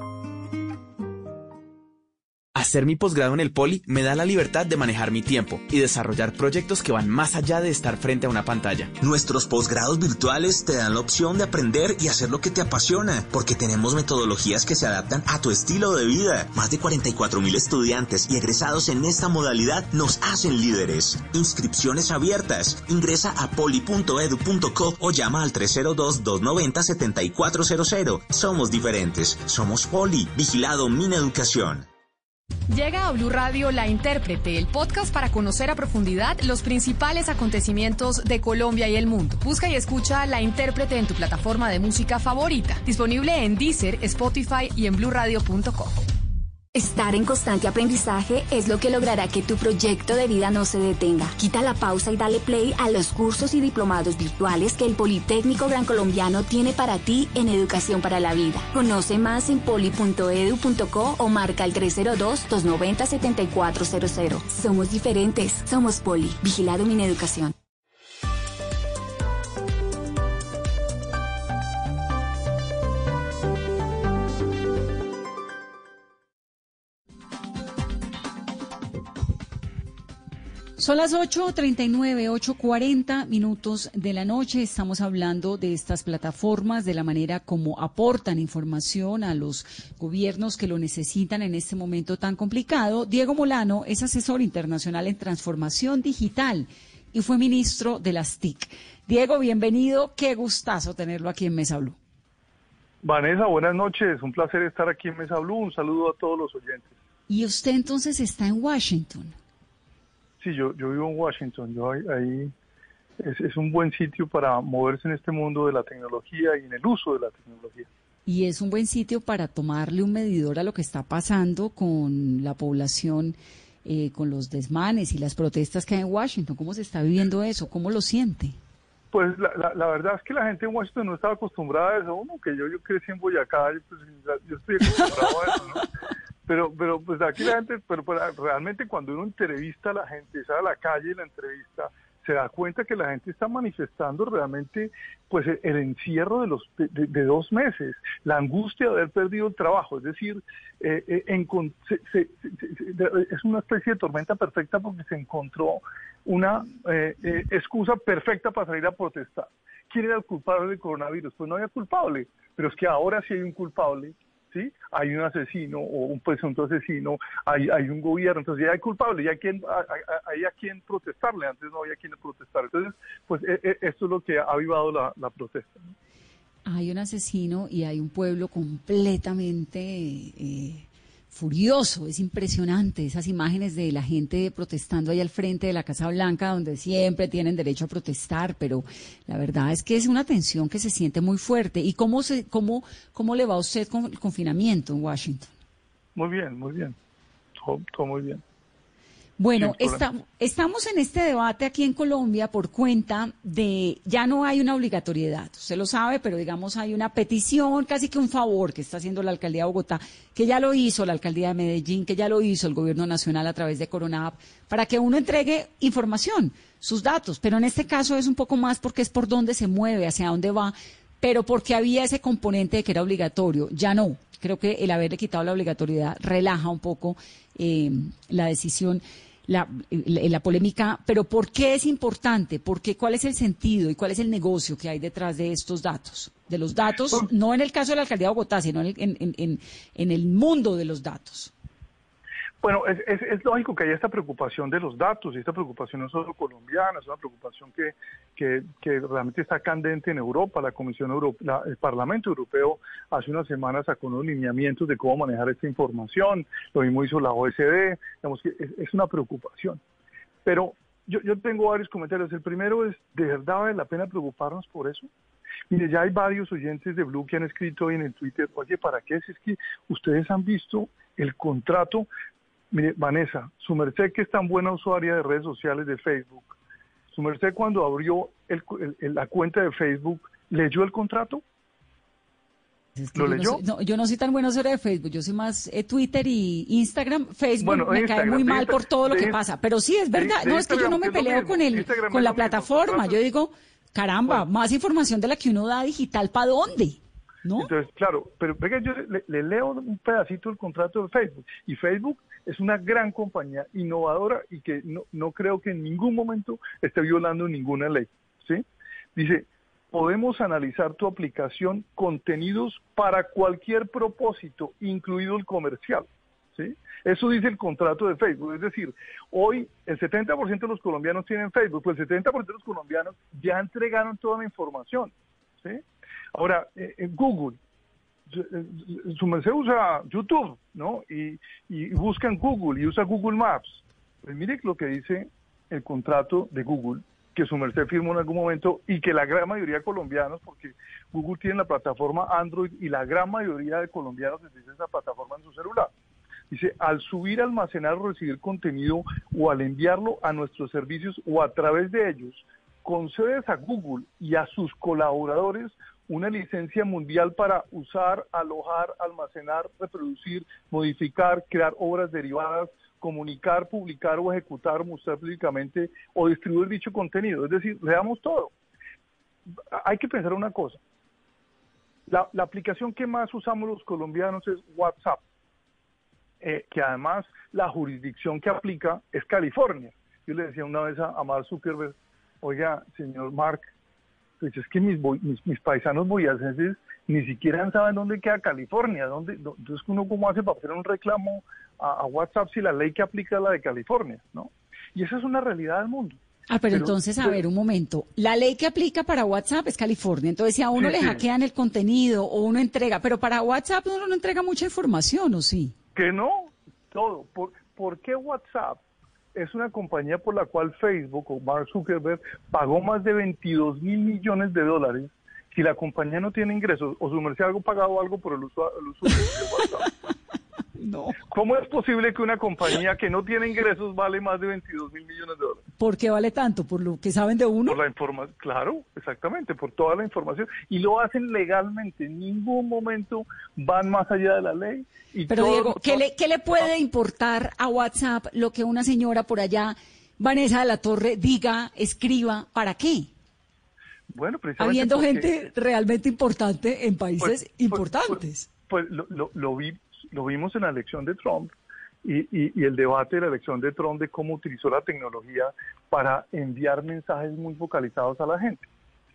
Hacer mi posgrado en el Poli me da la libertad de manejar mi tiempo y desarrollar proyectos que van más allá de estar frente a una pantalla. Nuestros posgrados virtuales te dan la opción de aprender y hacer lo que te apasiona, porque tenemos metodologías que se adaptan a tu estilo de vida. Más de cuarenta y cuatro mil estudiantes y egresados en esta modalidad nos hacen líderes. Inscripciones abiertas. Ingresa a poli punto edu punto co o llama al tres cero dos, dos nueve cero, siete cuatro cero cero. Somos diferentes. Somos Poli. Vigilado Mineducación. Llega a Blue Radio La Intérprete, el podcast para conocer a profundidad los principales acontecimientos de Colombia y el mundo. Busca y escucha La Intérprete en tu plataforma de música favorita. Disponible en Deezer, Spotify y en blue radio punto com. Estar en constante aprendizaje es lo que logrará que tu proyecto de vida no se detenga. Quita la pausa y dale play a los cursos y diplomados virtuales que el Politécnico Gran Colombiano tiene para ti en Educación para la Vida. Conoce más en poli punto edu punto co o marca el tres cero dos, dos nueve cero, siete cuatro cero cero. Somos diferentes, somos Poli. Vigilado Mineducación. Son las ocho treinta y nueve, ocho cuarenta minutos de la noche. Estamos hablando de estas plataformas, de la manera como aportan información a los gobiernos que lo necesitan en este momento tan complicado. Diego Molano es asesor internacional en transformación digital y fue ministro de las T I C. Diego, bienvenido. Qué gustazo tenerlo aquí en Mesa Blue. Vanessa, buenas noches. Un placer estar aquí en Mesa Blue. Un saludo a todos los oyentes. Y usted entonces está en Washington. Sí, yo, yo vivo en Washington, yo ahí, ahí es, es un buen sitio para moverse en este mundo de la tecnología y en el uso de la tecnología. Y es un buen sitio para tomarle un medidor a lo que está pasando con la población, eh, con los desmanes y las protestas que hay en Washington. ¿Cómo se está viviendo eso? ¿Cómo lo siente? Pues la, la, la verdad es que la gente en Washington no estaba acostumbrada a eso, uno que yo, yo crecí en Boyacá, yo, pues, yo estoy acostumbrado a eso, ¿no? Pero, pero pues aquí la gente, pero, pero realmente cuando uno entrevista a la gente, sale a la calle y la entrevista, se da cuenta que la gente está manifestando realmente pues el, el encierro de los de, de, de dos meses, la angustia de haber perdido el trabajo, es decir, eh, eh, en, se, se, se, se, es una especie de tormenta perfecta porque se encontró una eh, eh, excusa perfecta para salir a protestar. ¿Quién era el culpable del coronavirus? Pues no había culpable, pero es que ahora sí hay un culpable ¿sí? Hay un asesino o un presunto asesino, hay, hay un gobierno, entonces ya hay culpable, ya hay, quien, hay, hay a quien protestarle, antes no había quien protestar. Entonces, pues e, e, esto es lo que ha avivado la, la protesta, ¿no? Hay un asesino y hay un pueblo completamente eh, furioso. Es impresionante esas imágenes de la gente protestando ahí al frente de la Casa Blanca, donde siempre tienen derecho a protestar, pero la verdad es que es una tensión que se siente muy fuerte. ¿Y cómo se, cómo, cómo le va a usted con el confinamiento en Washington? Muy bien, muy bien, todo, todo muy bien. Bueno, está, estamos en este debate aquí en Colombia por cuenta de, ya no hay una obligatoriedad, usted lo sabe, pero digamos hay una petición, casi que un favor que está haciendo la Alcaldía de Bogotá, que ya lo hizo la Alcaldía de Medellín, que ya lo hizo el Gobierno Nacional a través de Coronap, para que uno entregue información, sus datos, pero en este caso es un poco más porque es por dónde se mueve, hacia dónde va, pero porque había ese componente de que era obligatorio, ya no. Creo que el haberle quitado la obligatoriedad relaja un poco eh, la decisión. La, la, la polémica, pero ¿por qué es importante? ¿Por qué? ¿Cuál es el sentido y cuál es el negocio que hay detrás de estos datos? De los datos, no en el caso de la Alcaldía de Bogotá, sino en el, en, en, en el mundo de los datos. Bueno, es, es, es lógico que haya esta preocupación de los datos, y esta preocupación no es solo colombiana, es una preocupación que, que, que realmente está candente en Europa. La Comisión Europea, el Parlamento Europeo hace unas semanas sacó unos lineamientos de cómo manejar esta información, lo mismo hizo la O E C D, digamos que es, es una preocupación. Pero yo, yo tengo varios comentarios. El primero es, ¿de verdad vale la pena preocuparnos por eso? Mire, ya hay varios oyentes de Blue que han escrito hoy en el Twitter, oye, ¿para qué? Si es que ustedes han visto el contrato. Mire, Vanessa, su merced que es tan buena usuaria de redes sociales de Facebook, su merced cuando abrió el, el, la cuenta de Facebook, ¿leyó el contrato? Es que ¿Lo yo leyó? No soy, no, yo no soy tan buena usuaria de Facebook, yo soy más eh, Twitter y Instagram. Facebook bueno, me Instagram, cae muy mal Insta, por todo lo de, que pasa, pero sí, es verdad, de, no de es que yo no me peleo con el Instagram con la mismo, plataforma, yo digo, caramba, bueno, más información de la que uno da digital, ¿para dónde? ¿No? Entonces, claro, pero venga, yo le, le leo un pedacito del contrato de Facebook, y Facebook es una gran compañía innovadora y que no, no creo que en ningún momento esté violando ninguna ley, ¿sí? Dice, podemos analizar tu aplicación, contenidos para cualquier propósito, incluido el comercial, ¿sí? Eso dice el contrato de Facebook, es decir, hoy el setenta por ciento de los colombianos tienen Facebook, pues el setenta por ciento de los colombianos ya entregaron toda la información, ¿sí? Ahora, eh, en Google, su merced usa YouTube, ¿no? Y, y busca en Google y usa Google Maps. Pues mire lo que dice el contrato de Google, que su merced firmó en algún momento y que la gran mayoría de colombianos, porque Google tiene la plataforma Android y la gran mayoría de colombianos utiliza esa plataforma en su celular. Dice, al subir, almacenar o recibir contenido o al enviarlo a nuestros servicios o a través de ellos, concedes a Google y a sus colaboradores una licencia mundial para usar, alojar, almacenar, reproducir, modificar, crear obras derivadas, comunicar, publicar o ejecutar, mostrar públicamente o distribuir dicho contenido. Es decir, le damos todo. Hay que pensar una cosa. La, la aplicación que más usamos los colombianos es WhatsApp, eh, que además la jurisdicción que aplica es California. Yo le decía una vez a, a Mark Zuckerberg, oiga, señor Mark, pues es que mis, mis, mis paisanos boyacenses ni siquiera saben dónde queda California, dónde, dónde, entonces uno cómo hace para hacer un reclamo a, a WhatsApp si la ley que aplica es la de California, ¿no? Y esa es una realidad del mundo. Ah, pero, pero entonces, a pero, ver, un momento, la ley que aplica para WhatsApp es California, entonces si a uno sí, le sí. hackean el contenido o uno entrega, pero para WhatsApp uno no entrega mucha información, ¿o sí? Que no, todo. ¿Por, ¿por qué WhatsApp? Es una compañía por la cual Facebook o Mark Zuckerberg pagó más de veintidós mil millones de dólares. Si la compañía no tiene ingresos o su merced ha pagado algo por el uso, el uso de WhatsApp. No. ¿Cómo es posible que una compañía que no tiene ingresos vale más de veintidós mil millones de dólares? ¿Por qué vale tanto? ¿Por lo que saben de uno? Por la información, claro, exactamente, por toda la información. Y lo hacen legalmente, en ningún momento van más allá de la ley. Y Pero todo, Diego, ¿qué le, ¿qué le puede importar a WhatsApp lo que una señora por allá, Vanessa de la Torre, diga, escriba? ¿Para qué? Bueno, precisamente habiendo porque, gente realmente importante en países pues, importantes. Pues, pues, pues lo, lo, lo, vi, lo vimos en la elección de Trump y, y, y el debate de la elección de Trump de cómo utilizó la tecnología para enviar mensajes muy focalizados a la gente,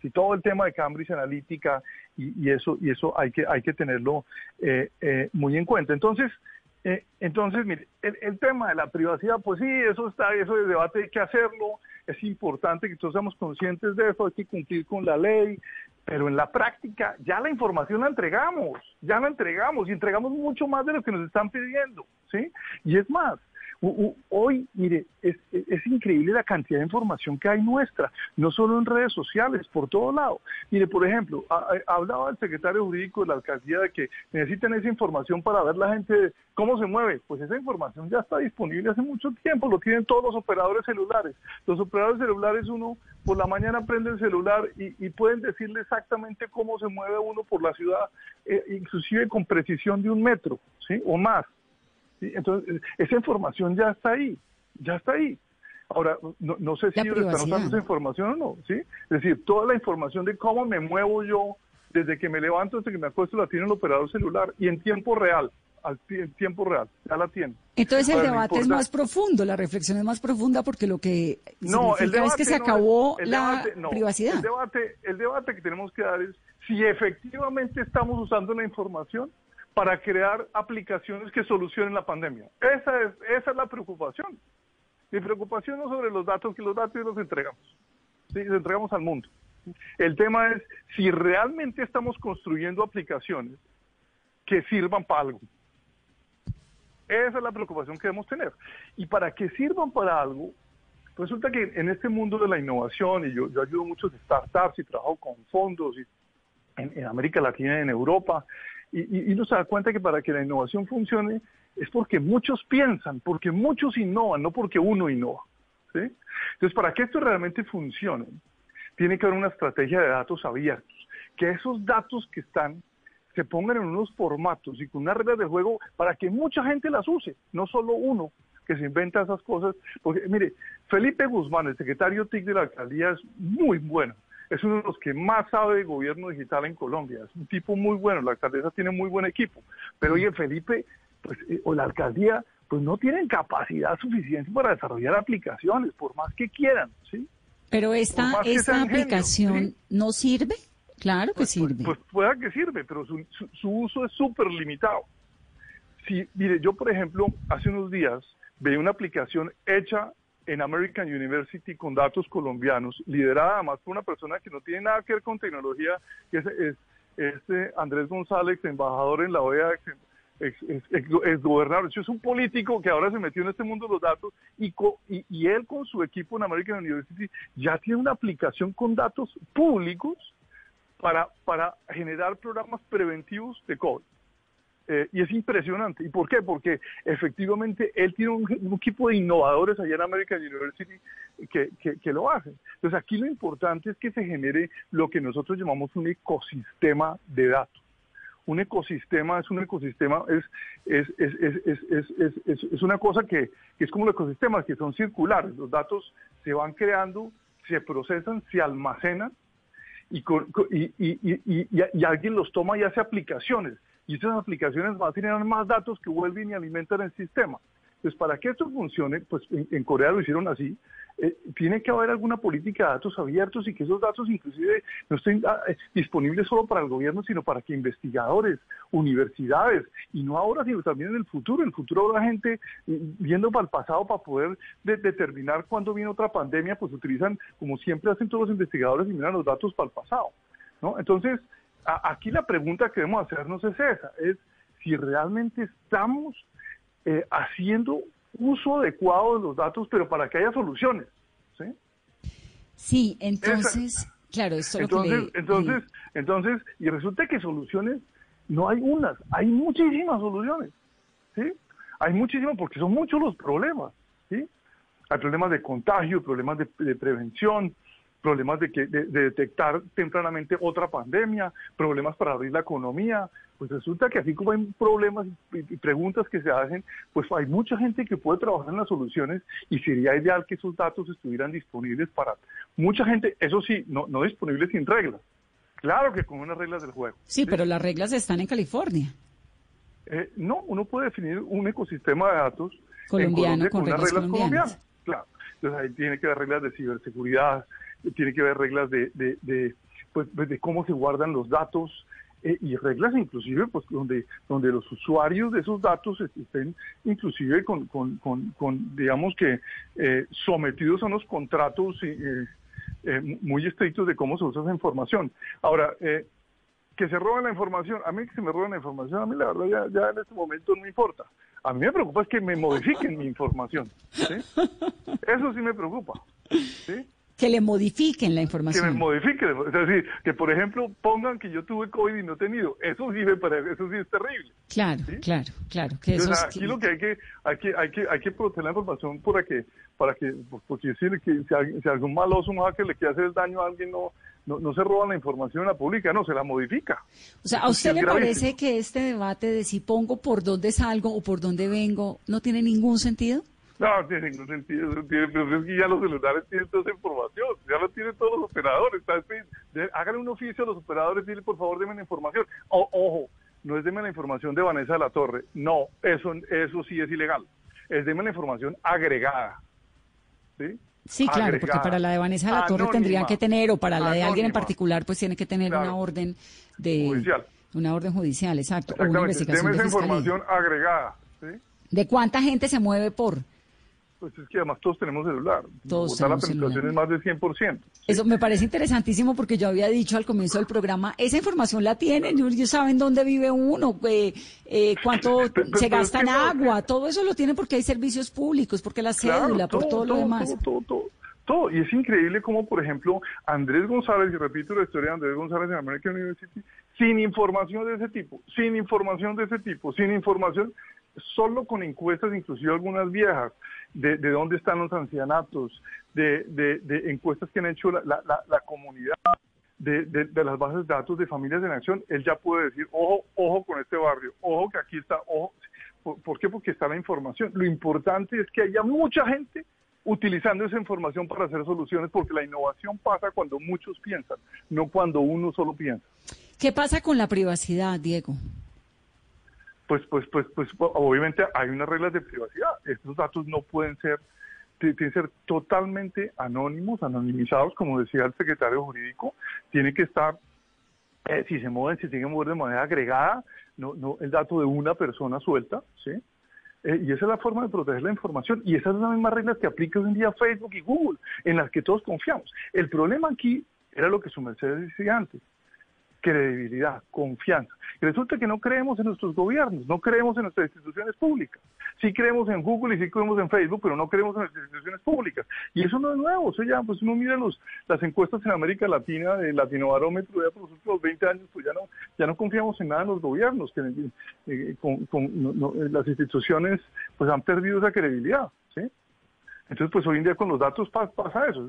y todo el tema de Cambridge Analytica y, y eso y eso hay que hay que tenerlo eh, eh, muy en cuenta. Entonces, eh, entonces mire, el, el tema de la privacidad, pues sí, eso está, eso de debate hay que hacerlo, es importante que todos seamos conscientes de eso, hay que cumplir con la ley, pero en la práctica ya la información la entregamos, ya la entregamos y entregamos mucho más de lo que nos están pidiendo, ¿sí? Y es más, hoy, mire, es, es increíble la cantidad de información que hay nuestra, no solo en redes sociales, por todo lado. Mire, por ejemplo, a, a, hablaba el secretario jurídico de la alcaldía de que necesitan esa información para ver la gente cómo se mueve. Pues esa información ya está disponible hace mucho tiempo, lo tienen todos los operadores celulares. Los operadores celulares, uno por la mañana prende el celular y, y pueden decirle exactamente cómo se mueve uno por la ciudad, eh, inclusive con precisión de un metro, ¿sí? O más. ¿Sí? Entonces, esa información ya está ahí, ya está ahí. Ahora, no, no sé si ellos están usando esa información o no, ¿sí? Es decir, toda la información de cómo me muevo yo, desde que me levanto hasta que me acuesto, la tiene el operador celular y en tiempo real, al en tiempo real, ya la tiene. Entonces el Ahora, debate importa... es más profundo, la reflexión es más profunda porque lo que no, el debate, es que se no, acabó el la debate, no, privacidad. El debate, el debate que tenemos que dar es si efectivamente estamos usando la información para crear aplicaciones que solucionen la pandemia. Esa es, esa es la preocupación. Mi preocupación no sobre los datos, que los datos los entregamos. ¿Sí? Los entregamos al mundo. El tema es si realmente estamos construyendo aplicaciones que sirvan para algo. Esa es la preocupación que debemos tener. Y para que sirvan para algo, resulta que en este mundo de la innovación, y yo, yo ayudo a muchos startups y trabajo con fondos y en, en América Latina y en Europa, Y, y, y uno se da cuenta que para que la innovación funcione es porque muchos piensan, porque muchos innovan, no porque uno innova, ¿sí? Entonces, para que esto realmente funcione, tiene que haber una estrategia de datos abiertos, que esos datos que están se pongan en unos formatos y con unas reglas de juego para que mucha gente las use, no solo uno que se inventa esas cosas. Porque, mire, Felipe Guzmán, el secretario T I C de la alcaldía, es muy bueno. Es uno de los que más sabe de gobierno digital en Colombia. Es un tipo muy bueno, la alcaldesa tiene muy buen equipo. Pero oye, Felipe, pues, eh, o la alcaldía, pues no tienen capacidad suficiente para desarrollar aplicaciones, por más que quieran, ¿sí? Pero esta, esta aplicación genios, ¿sí? ¿No sirve? Claro que pues, sirve. Pues, pues pueda que sirve, pero su, su, su uso es súper limitado. Si, mire, yo por ejemplo, hace unos días veía una aplicación hecha en American University con datos colombianos, liderada además por una persona que no tiene nada que ver con tecnología, que es, es este Andrés González, embajador en la O E A, ex, ex, ex, ex, ex gobernador. Es un político que ahora se metió en este mundo de los datos y, co, y, y él con su equipo en American University ya tiene una aplicación con datos públicos para, para generar programas preventivos de COVID. Eh, y es impresionante. ¿Y por qué? Porque efectivamente él tiene un, un equipo de innovadores allá en American University que, que, que lo hacen. Entonces aquí lo importante es que se genere lo que nosotros llamamos un ecosistema de datos. Un ecosistema es un ecosistema, es, es, es, es, es, es, es, es, es una cosa que, que es como los ecosistemas, que son circulares. Los datos se van creando, se procesan, se almacenan y, con, y, y, y, y, y alguien los toma y hace aplicaciones. Y esas aplicaciones van a tener más datos que vuelven y alimentan el sistema. Entonces, para que esto funcione, pues en, en Corea lo hicieron así, eh, tiene que haber alguna política de datos abiertos y que esos datos inclusive no estén eh, disponibles solo para el gobierno, sino para que investigadores, universidades, y no ahora, sino también en el futuro. En el futuro habrá gente eh, viendo para el pasado para poder de, determinar cuándo viene otra pandemia, pues utilizan, como siempre hacen todos los investigadores, y miran los datos para el pasado, ¿no? Entonces, aquí la pregunta que debemos hacernos es esa, es si realmente estamos eh, haciendo uso adecuado de los datos, pero para que haya soluciones, ¿sí? Sí, entonces, esa, claro, esto entonces, lo que le, entonces, le... entonces, y resulta que soluciones no hay unas, hay muchísimas soluciones, ¿sí? Hay muchísimas porque son muchos los problemas, ¿sí? Hay problemas de contagio, problemas de, de prevención, problemas de, que, de, de detectar tempranamente otra pandemia, problemas para abrir la economía. Pues resulta que así como hay problemas y, y preguntas que se hacen, pues hay mucha gente que puede trabajar en las soluciones y sería ideal que esos datos estuvieran disponibles para mucha gente, eso sí, no, no disponibles sin reglas. Claro que con unas reglas del juego. Sí, ¿sí? Pero las reglas están en California. Eh, no, uno puede definir un ecosistema de datos colombiano en Colombia con, con unas reglas colombianas. Claro. Entonces ahí tiene que haber reglas de ciberseguridad, tiene que haber reglas de, de, de, pues, de cómo se guardan los datos, eh, y reglas inclusive pues donde donde los usuarios de esos datos estén inclusive con, con, con, con digamos que eh, sometidos a unos contratos eh, eh, muy estrictos de cómo se usa esa información. Ahora, eh, que se roben la información, a mí que se me roben la información, a mí la verdad ya, ya en este momento no me importa. A mí me preocupa es que me modifiquen mi información, ¿sí? Eso sí me preocupa, ¿sí? Que le modifiquen la información. Que me modifiquen, es decir, que por ejemplo pongan que yo tuve COVID y no he tenido, eso sí me parece, eso sí es terrible. Claro, ¿sí? claro, claro. Que Entonces, eso aquí es... lo que hay que, hay que, hay que, hay que proteger la información para que, para que, porque si, si, si algún maloso, un hacker le quiere hacer el daño a alguien, no, no, no se roba la información, la publica, no, se la modifica. O sea, eso ¿a usted sí le gravísimo. parece que este debate de si pongo por dónde salgo o por dónde vengo no tiene ningún sentido? No, no tiene ningún sentido, no tiene, pero es que ya los celulares tienen toda esa información, ya lo tienen todos los operadores. Háganle un oficio a los operadores y dile, por favor, denme la información. O, ojo, no es denme la información de Vanessa de la Torre, no, eso, eso sí es ilegal. Es denme la información agregada, ¿sí? Sí, claro, agregada, porque para la de Vanessa de la Torre anónima, tendrían que tener, o para la de alguien en anónima, particular, pues tiene que tener claro, una orden de... judicial. Una orden judicial, exacto. O una Exactamente, investigación denme de esa fiscalía. información agregada, ¿sí? ¿De cuánta gente se mueve por...? Pues es que además todos tenemos celular. Todos Bogotá, la tenemos penetración celular. es más del cien por ciento. ¿Sí? Eso me parece interesantísimo porque yo había dicho al comienzo del programa, esa información la tienen, ellos saben dónde vive uno, eh, eh, cuánto Pero, pero, se pero gasta es que en no, agua, todo eso lo tienen porque hay servicios públicos, porque la Claro, cédula, por todo, lo todo, demás. Todo, todo, todo, todo. Y es increíble como, por ejemplo, Andrés González, y repito la historia de Andrés González en American University, sin información de ese tipo, sin información de ese tipo, sin información, solo con encuestas, inclusive algunas viejas, de, de dónde están los ancianatos, de, de, de encuestas que han hecho la, la, la, la comunidad, de, de, de las bases de datos de familias en acción, él ya puede decir, ojo, ojo con este barrio, ojo que aquí está, ojo. ¿Por, ¿por qué? Porque está la información. Lo importante es que haya mucha gente utilizando esa información para hacer soluciones, porque la innovación pasa cuando muchos piensan, no cuando uno solo piensa. ¿Qué pasa con la privacidad, Diego? Pues, pues, pues, pues, obviamente hay unas reglas de privacidad. Estos datos no pueden ser, tienen que ser totalmente anónimos, anonimizados, como decía el secretario jurídico. Tiene que estar, eh, si se mueven, si tienen que mover de manera agregada, no, no el dato de una persona suelta, ¿sí? Eh, y esa es la forma de proteger la información. Y esas son las mismas reglas que aplica hoy en día Facebook y Google, en las que todos confiamos. El problema aquí era lo que su merced decía antes. Credibilidad, confianza. Y resulta que no creemos en nuestros gobiernos, no creemos en nuestras instituciones públicas. Sí creemos en Google y sí creemos en Facebook, pero no creemos en nuestras instituciones públicas. Y eso no es nuevo, eso ya, pues uno mira los, las encuestas en América Latina, de Latinobarómetro, ya por los últimos veinte años, pues ya no, ya no confiamos en nada en los gobiernos, que eh, con, con, no, no, las instituciones pues han perdido esa credibilidad, ¿sí? Entonces, pues hoy en día con los datos pasa eso.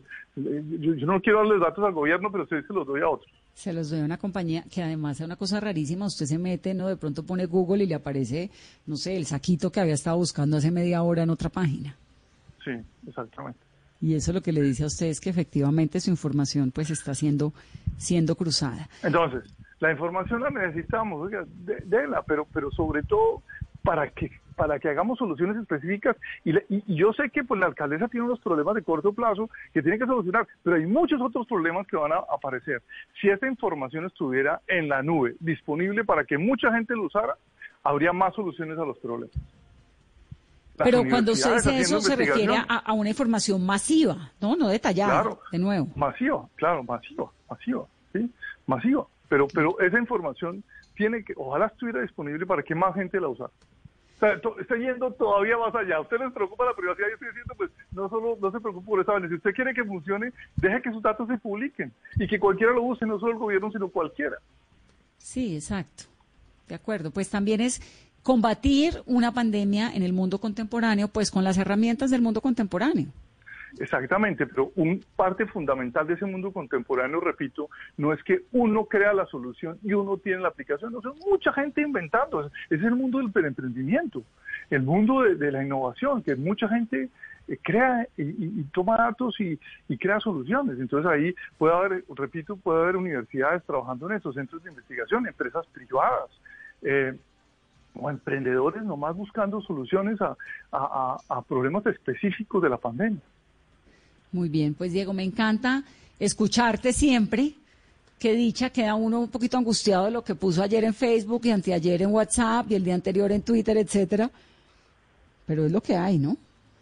Yo, yo no quiero darles datos al gobierno, pero sí se los doy a otros. Se los doy a una compañía que además es una cosa rarísima. Usted se mete, ¿no? De pronto pone Google y le aparece, no sé, el saquito que había estado buscando hace media hora en otra página. Sí, exactamente. Y eso lo que le dice a usted es que efectivamente su información pues está siendo, siendo cruzada. Entonces, la información la necesitamos, oiga, de, de la, pero, pero sobre todo para que para que hagamos soluciones específicas y, le, y, y yo sé que pues la alcaldesa tiene unos problemas de corto plazo que tiene que solucionar, pero hay muchos otros problemas que van a aparecer. Si esta información estuviera en la nube, disponible para que mucha gente lo usara, habría más soluciones a los problemas. Las pero cuando usted dice eso se investigación, refiere a, a una información masiva, ¿no? No detallada, claro, de nuevo. Masiva, claro, masiva, masiva, sí, masiva. Pero, pero esa información tiene que, ojalá estuviera disponible para que más gente la usara. O sea, to, está yendo todavía más allá. ¿A usted les preocupa la privacidad? Yo estoy diciendo, pues, no solo no se preocupe por esa vaina. Si usted quiere que funcione, deje que sus datos se publiquen y que cualquiera lo use, no solo el gobierno, sino cualquiera. Sí, exacto. De acuerdo. Pues también es combatir una pandemia en el mundo contemporáneo, pues con las herramientas del mundo contemporáneo. Exactamente, pero un parte fundamental de ese mundo contemporáneo, repito, no es que uno crea la solución y uno tiene la aplicación, no, son mucha gente inventando, es el mundo del emprendimiento, el mundo de, de la innovación, que mucha gente eh, crea y, y, y toma datos y, y crea soluciones. Entonces ahí puede haber, repito, puede haber universidades trabajando en estos centros de investigación, empresas privadas, eh, o emprendedores nomás buscando soluciones a, a, a problemas específicos de la pandemia. Muy bien, pues Diego, me encanta escucharte siempre. Qué dicha, queda uno un poquito angustiado de lo que puso ayer en Facebook y anteayer en WhatsApp y el día anterior en Twitter, etcétera. Pero es lo que hay, ¿no?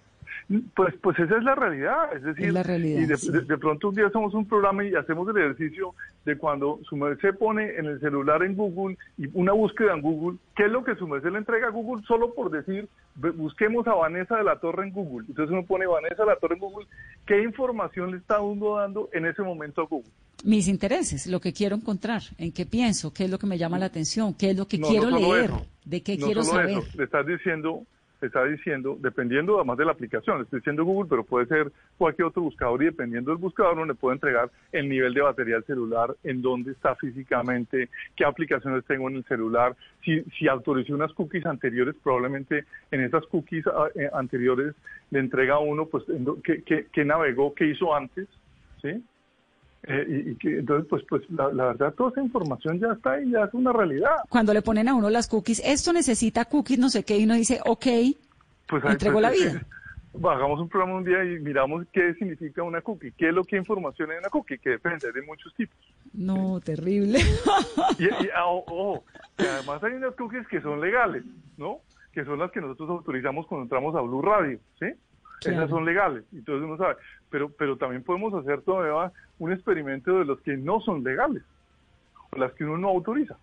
Pues, pues esa es la realidad, es decir, es la realidad, y de, sí. de, de pronto un día hacemos un programa y hacemos el ejercicio de cuando su merced pone en el celular en Google y una búsqueda en Google, ¿qué es lo que su merced le entrega a Google? Solo por decir, busquemos a Vanessa de la Torre en Google. Entonces uno pone Vanessa de la Torre en Google, ¿qué información le está uno dando en ese momento a Google? Mis intereses, lo que quiero encontrar, en qué pienso, qué es lo que me llama la atención, qué es lo que no, quiero no leer, eso. de qué no quiero solo saber. Eso. Le estás diciendo... está diciendo, dependiendo además de la aplicación, estoy diciendo Google, pero puede ser cualquier otro buscador y dependiendo del buscador uno le puede entregar el nivel de batería del celular, en dónde está físicamente, qué aplicaciones tengo en el celular, si, si autoricé unas cookies anteriores, probablemente en esas cookies eh, anteriores le entrega a uno pues qué, qué, qué navegó, qué hizo antes, ¿sí? Eh, y, y que entonces pues pues la, la verdad toda esa información ya está ahí, ya es una realidad. Cuando le ponen a uno las cookies, esto necesita cookies, no sé qué, y uno dice, ok, pues entregó pues, la vida. Hagamos un programa un día y miramos qué significa una cookie, qué es lo que información hay en una cookie, que depende de muchos tipos. No, terrible. Y, y ojo, oh, que además hay unas cookies que son legales, ¿no? Que son las que nosotros autorizamos cuando entramos a Blue Radio, ¿sí? Claro. Esas son legales, entonces uno sabe. Pero, pero también podemos hacer todavía un experimento de los que no son legales, o las que uno no autoriza.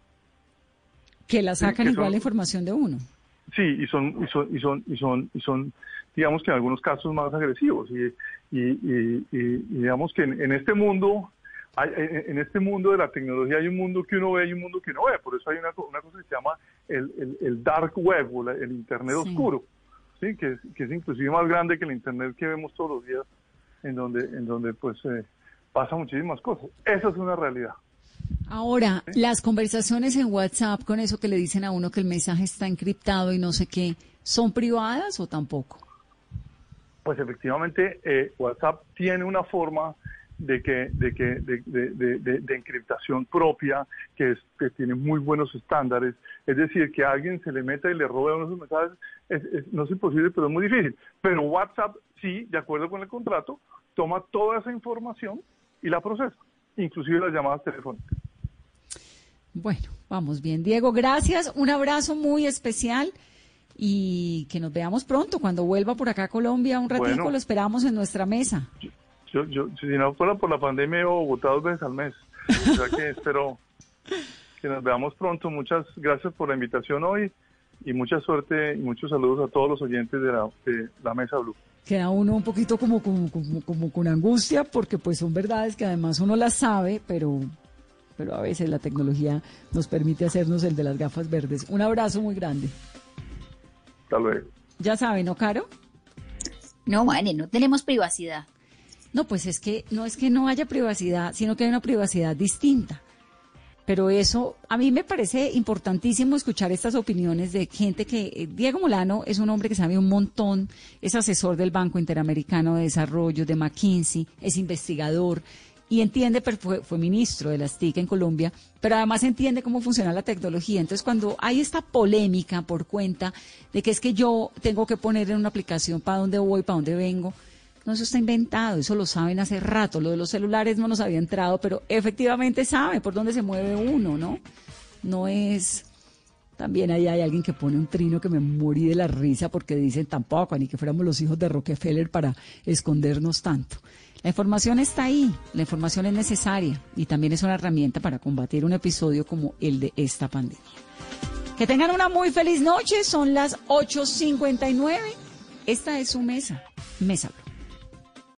Que la sacan sí, que igual son, la información de uno. Sí, y son, y son, y son, y son, y son, digamos que en algunos casos más agresivos. Y, y, y, y, y digamos que en, en este mundo, hay, en este mundo de la tecnología hay un mundo que uno ve y un mundo que no ve. Por eso hay una, una cosa que se llama el, el, el dark web o la, el internet sí. oscuro. Sí, que es, que es inclusive más grande que el internet que vemos todos los días, en donde, en donde pues eh, pasan muchísimas cosas. Esa es una realidad. Ahora, ¿sí? Las conversaciones en WhatsApp con eso que le dicen a uno que el mensaje está encriptado y no sé qué, ¿son privadas o tampoco? Pues efectivamente eh, WhatsApp tiene una forma de que de que de, de, de, de, de encriptación propia que, es, que tiene muy buenos estándares, es decir, que a alguien se le meta y le robe uno de sus mensajes es, es, no es imposible, pero es muy difícil. Pero WhatsApp sí, de acuerdo con el contrato, toma toda esa información y la procesa, inclusive las llamadas telefónicas. Bueno, vamos bien, Diego, gracias, un abrazo muy especial y que nos veamos pronto cuando vuelva por acá a Colombia un ratito, bueno, lo esperamos en nuestra mesa. Yo, yo, si no fuera por la pandemia, iba a Bogotá dos veces al mes. O sea que espero que nos veamos pronto. Muchas gracias por la invitación hoy y mucha suerte y muchos saludos a todos los oyentes de la, de la Mesa Blue. Queda uno un poquito como, como, como, como con angustia porque pues son verdades que además uno las sabe, pero, pero a veces la tecnología nos permite hacernos el de las gafas verdes. Un abrazo muy grande. Hasta luego. Ya saben, ¿no, Caro? No, Vane, no tenemos privacidad. No, pues es que no es que no haya privacidad, sino que hay una privacidad distinta. Pero eso, a mí me parece importantísimo escuchar estas opiniones de gente que... Diego Molano es un hombre que sabe un montón, es asesor del Banco Interamericano de Desarrollo, de McKinsey, es investigador y entiende, fue, fue ministro de las T I C en Colombia, pero además entiende cómo funciona la tecnología. Entonces, cuando hay esta polémica por cuenta de que es que yo tengo que poner en una aplicación para dónde voy, para dónde vengo... No, eso está inventado, eso lo saben hace rato. Lo de los celulares no nos había entrado, pero efectivamente sabe por dónde se mueve uno, ¿no? No es... También ahí hay alguien que pone un trino que me morí de la risa porque dicen tampoco, ni que fuéramos los hijos de Rockefeller para escondernos tanto. La información está ahí, la información es necesaria y también es una herramienta para combatir un episodio como el de esta pandemia. Que tengan una muy feliz noche, son las ocho cincuenta y nueve. Esta es su mesa, Mesa Blue.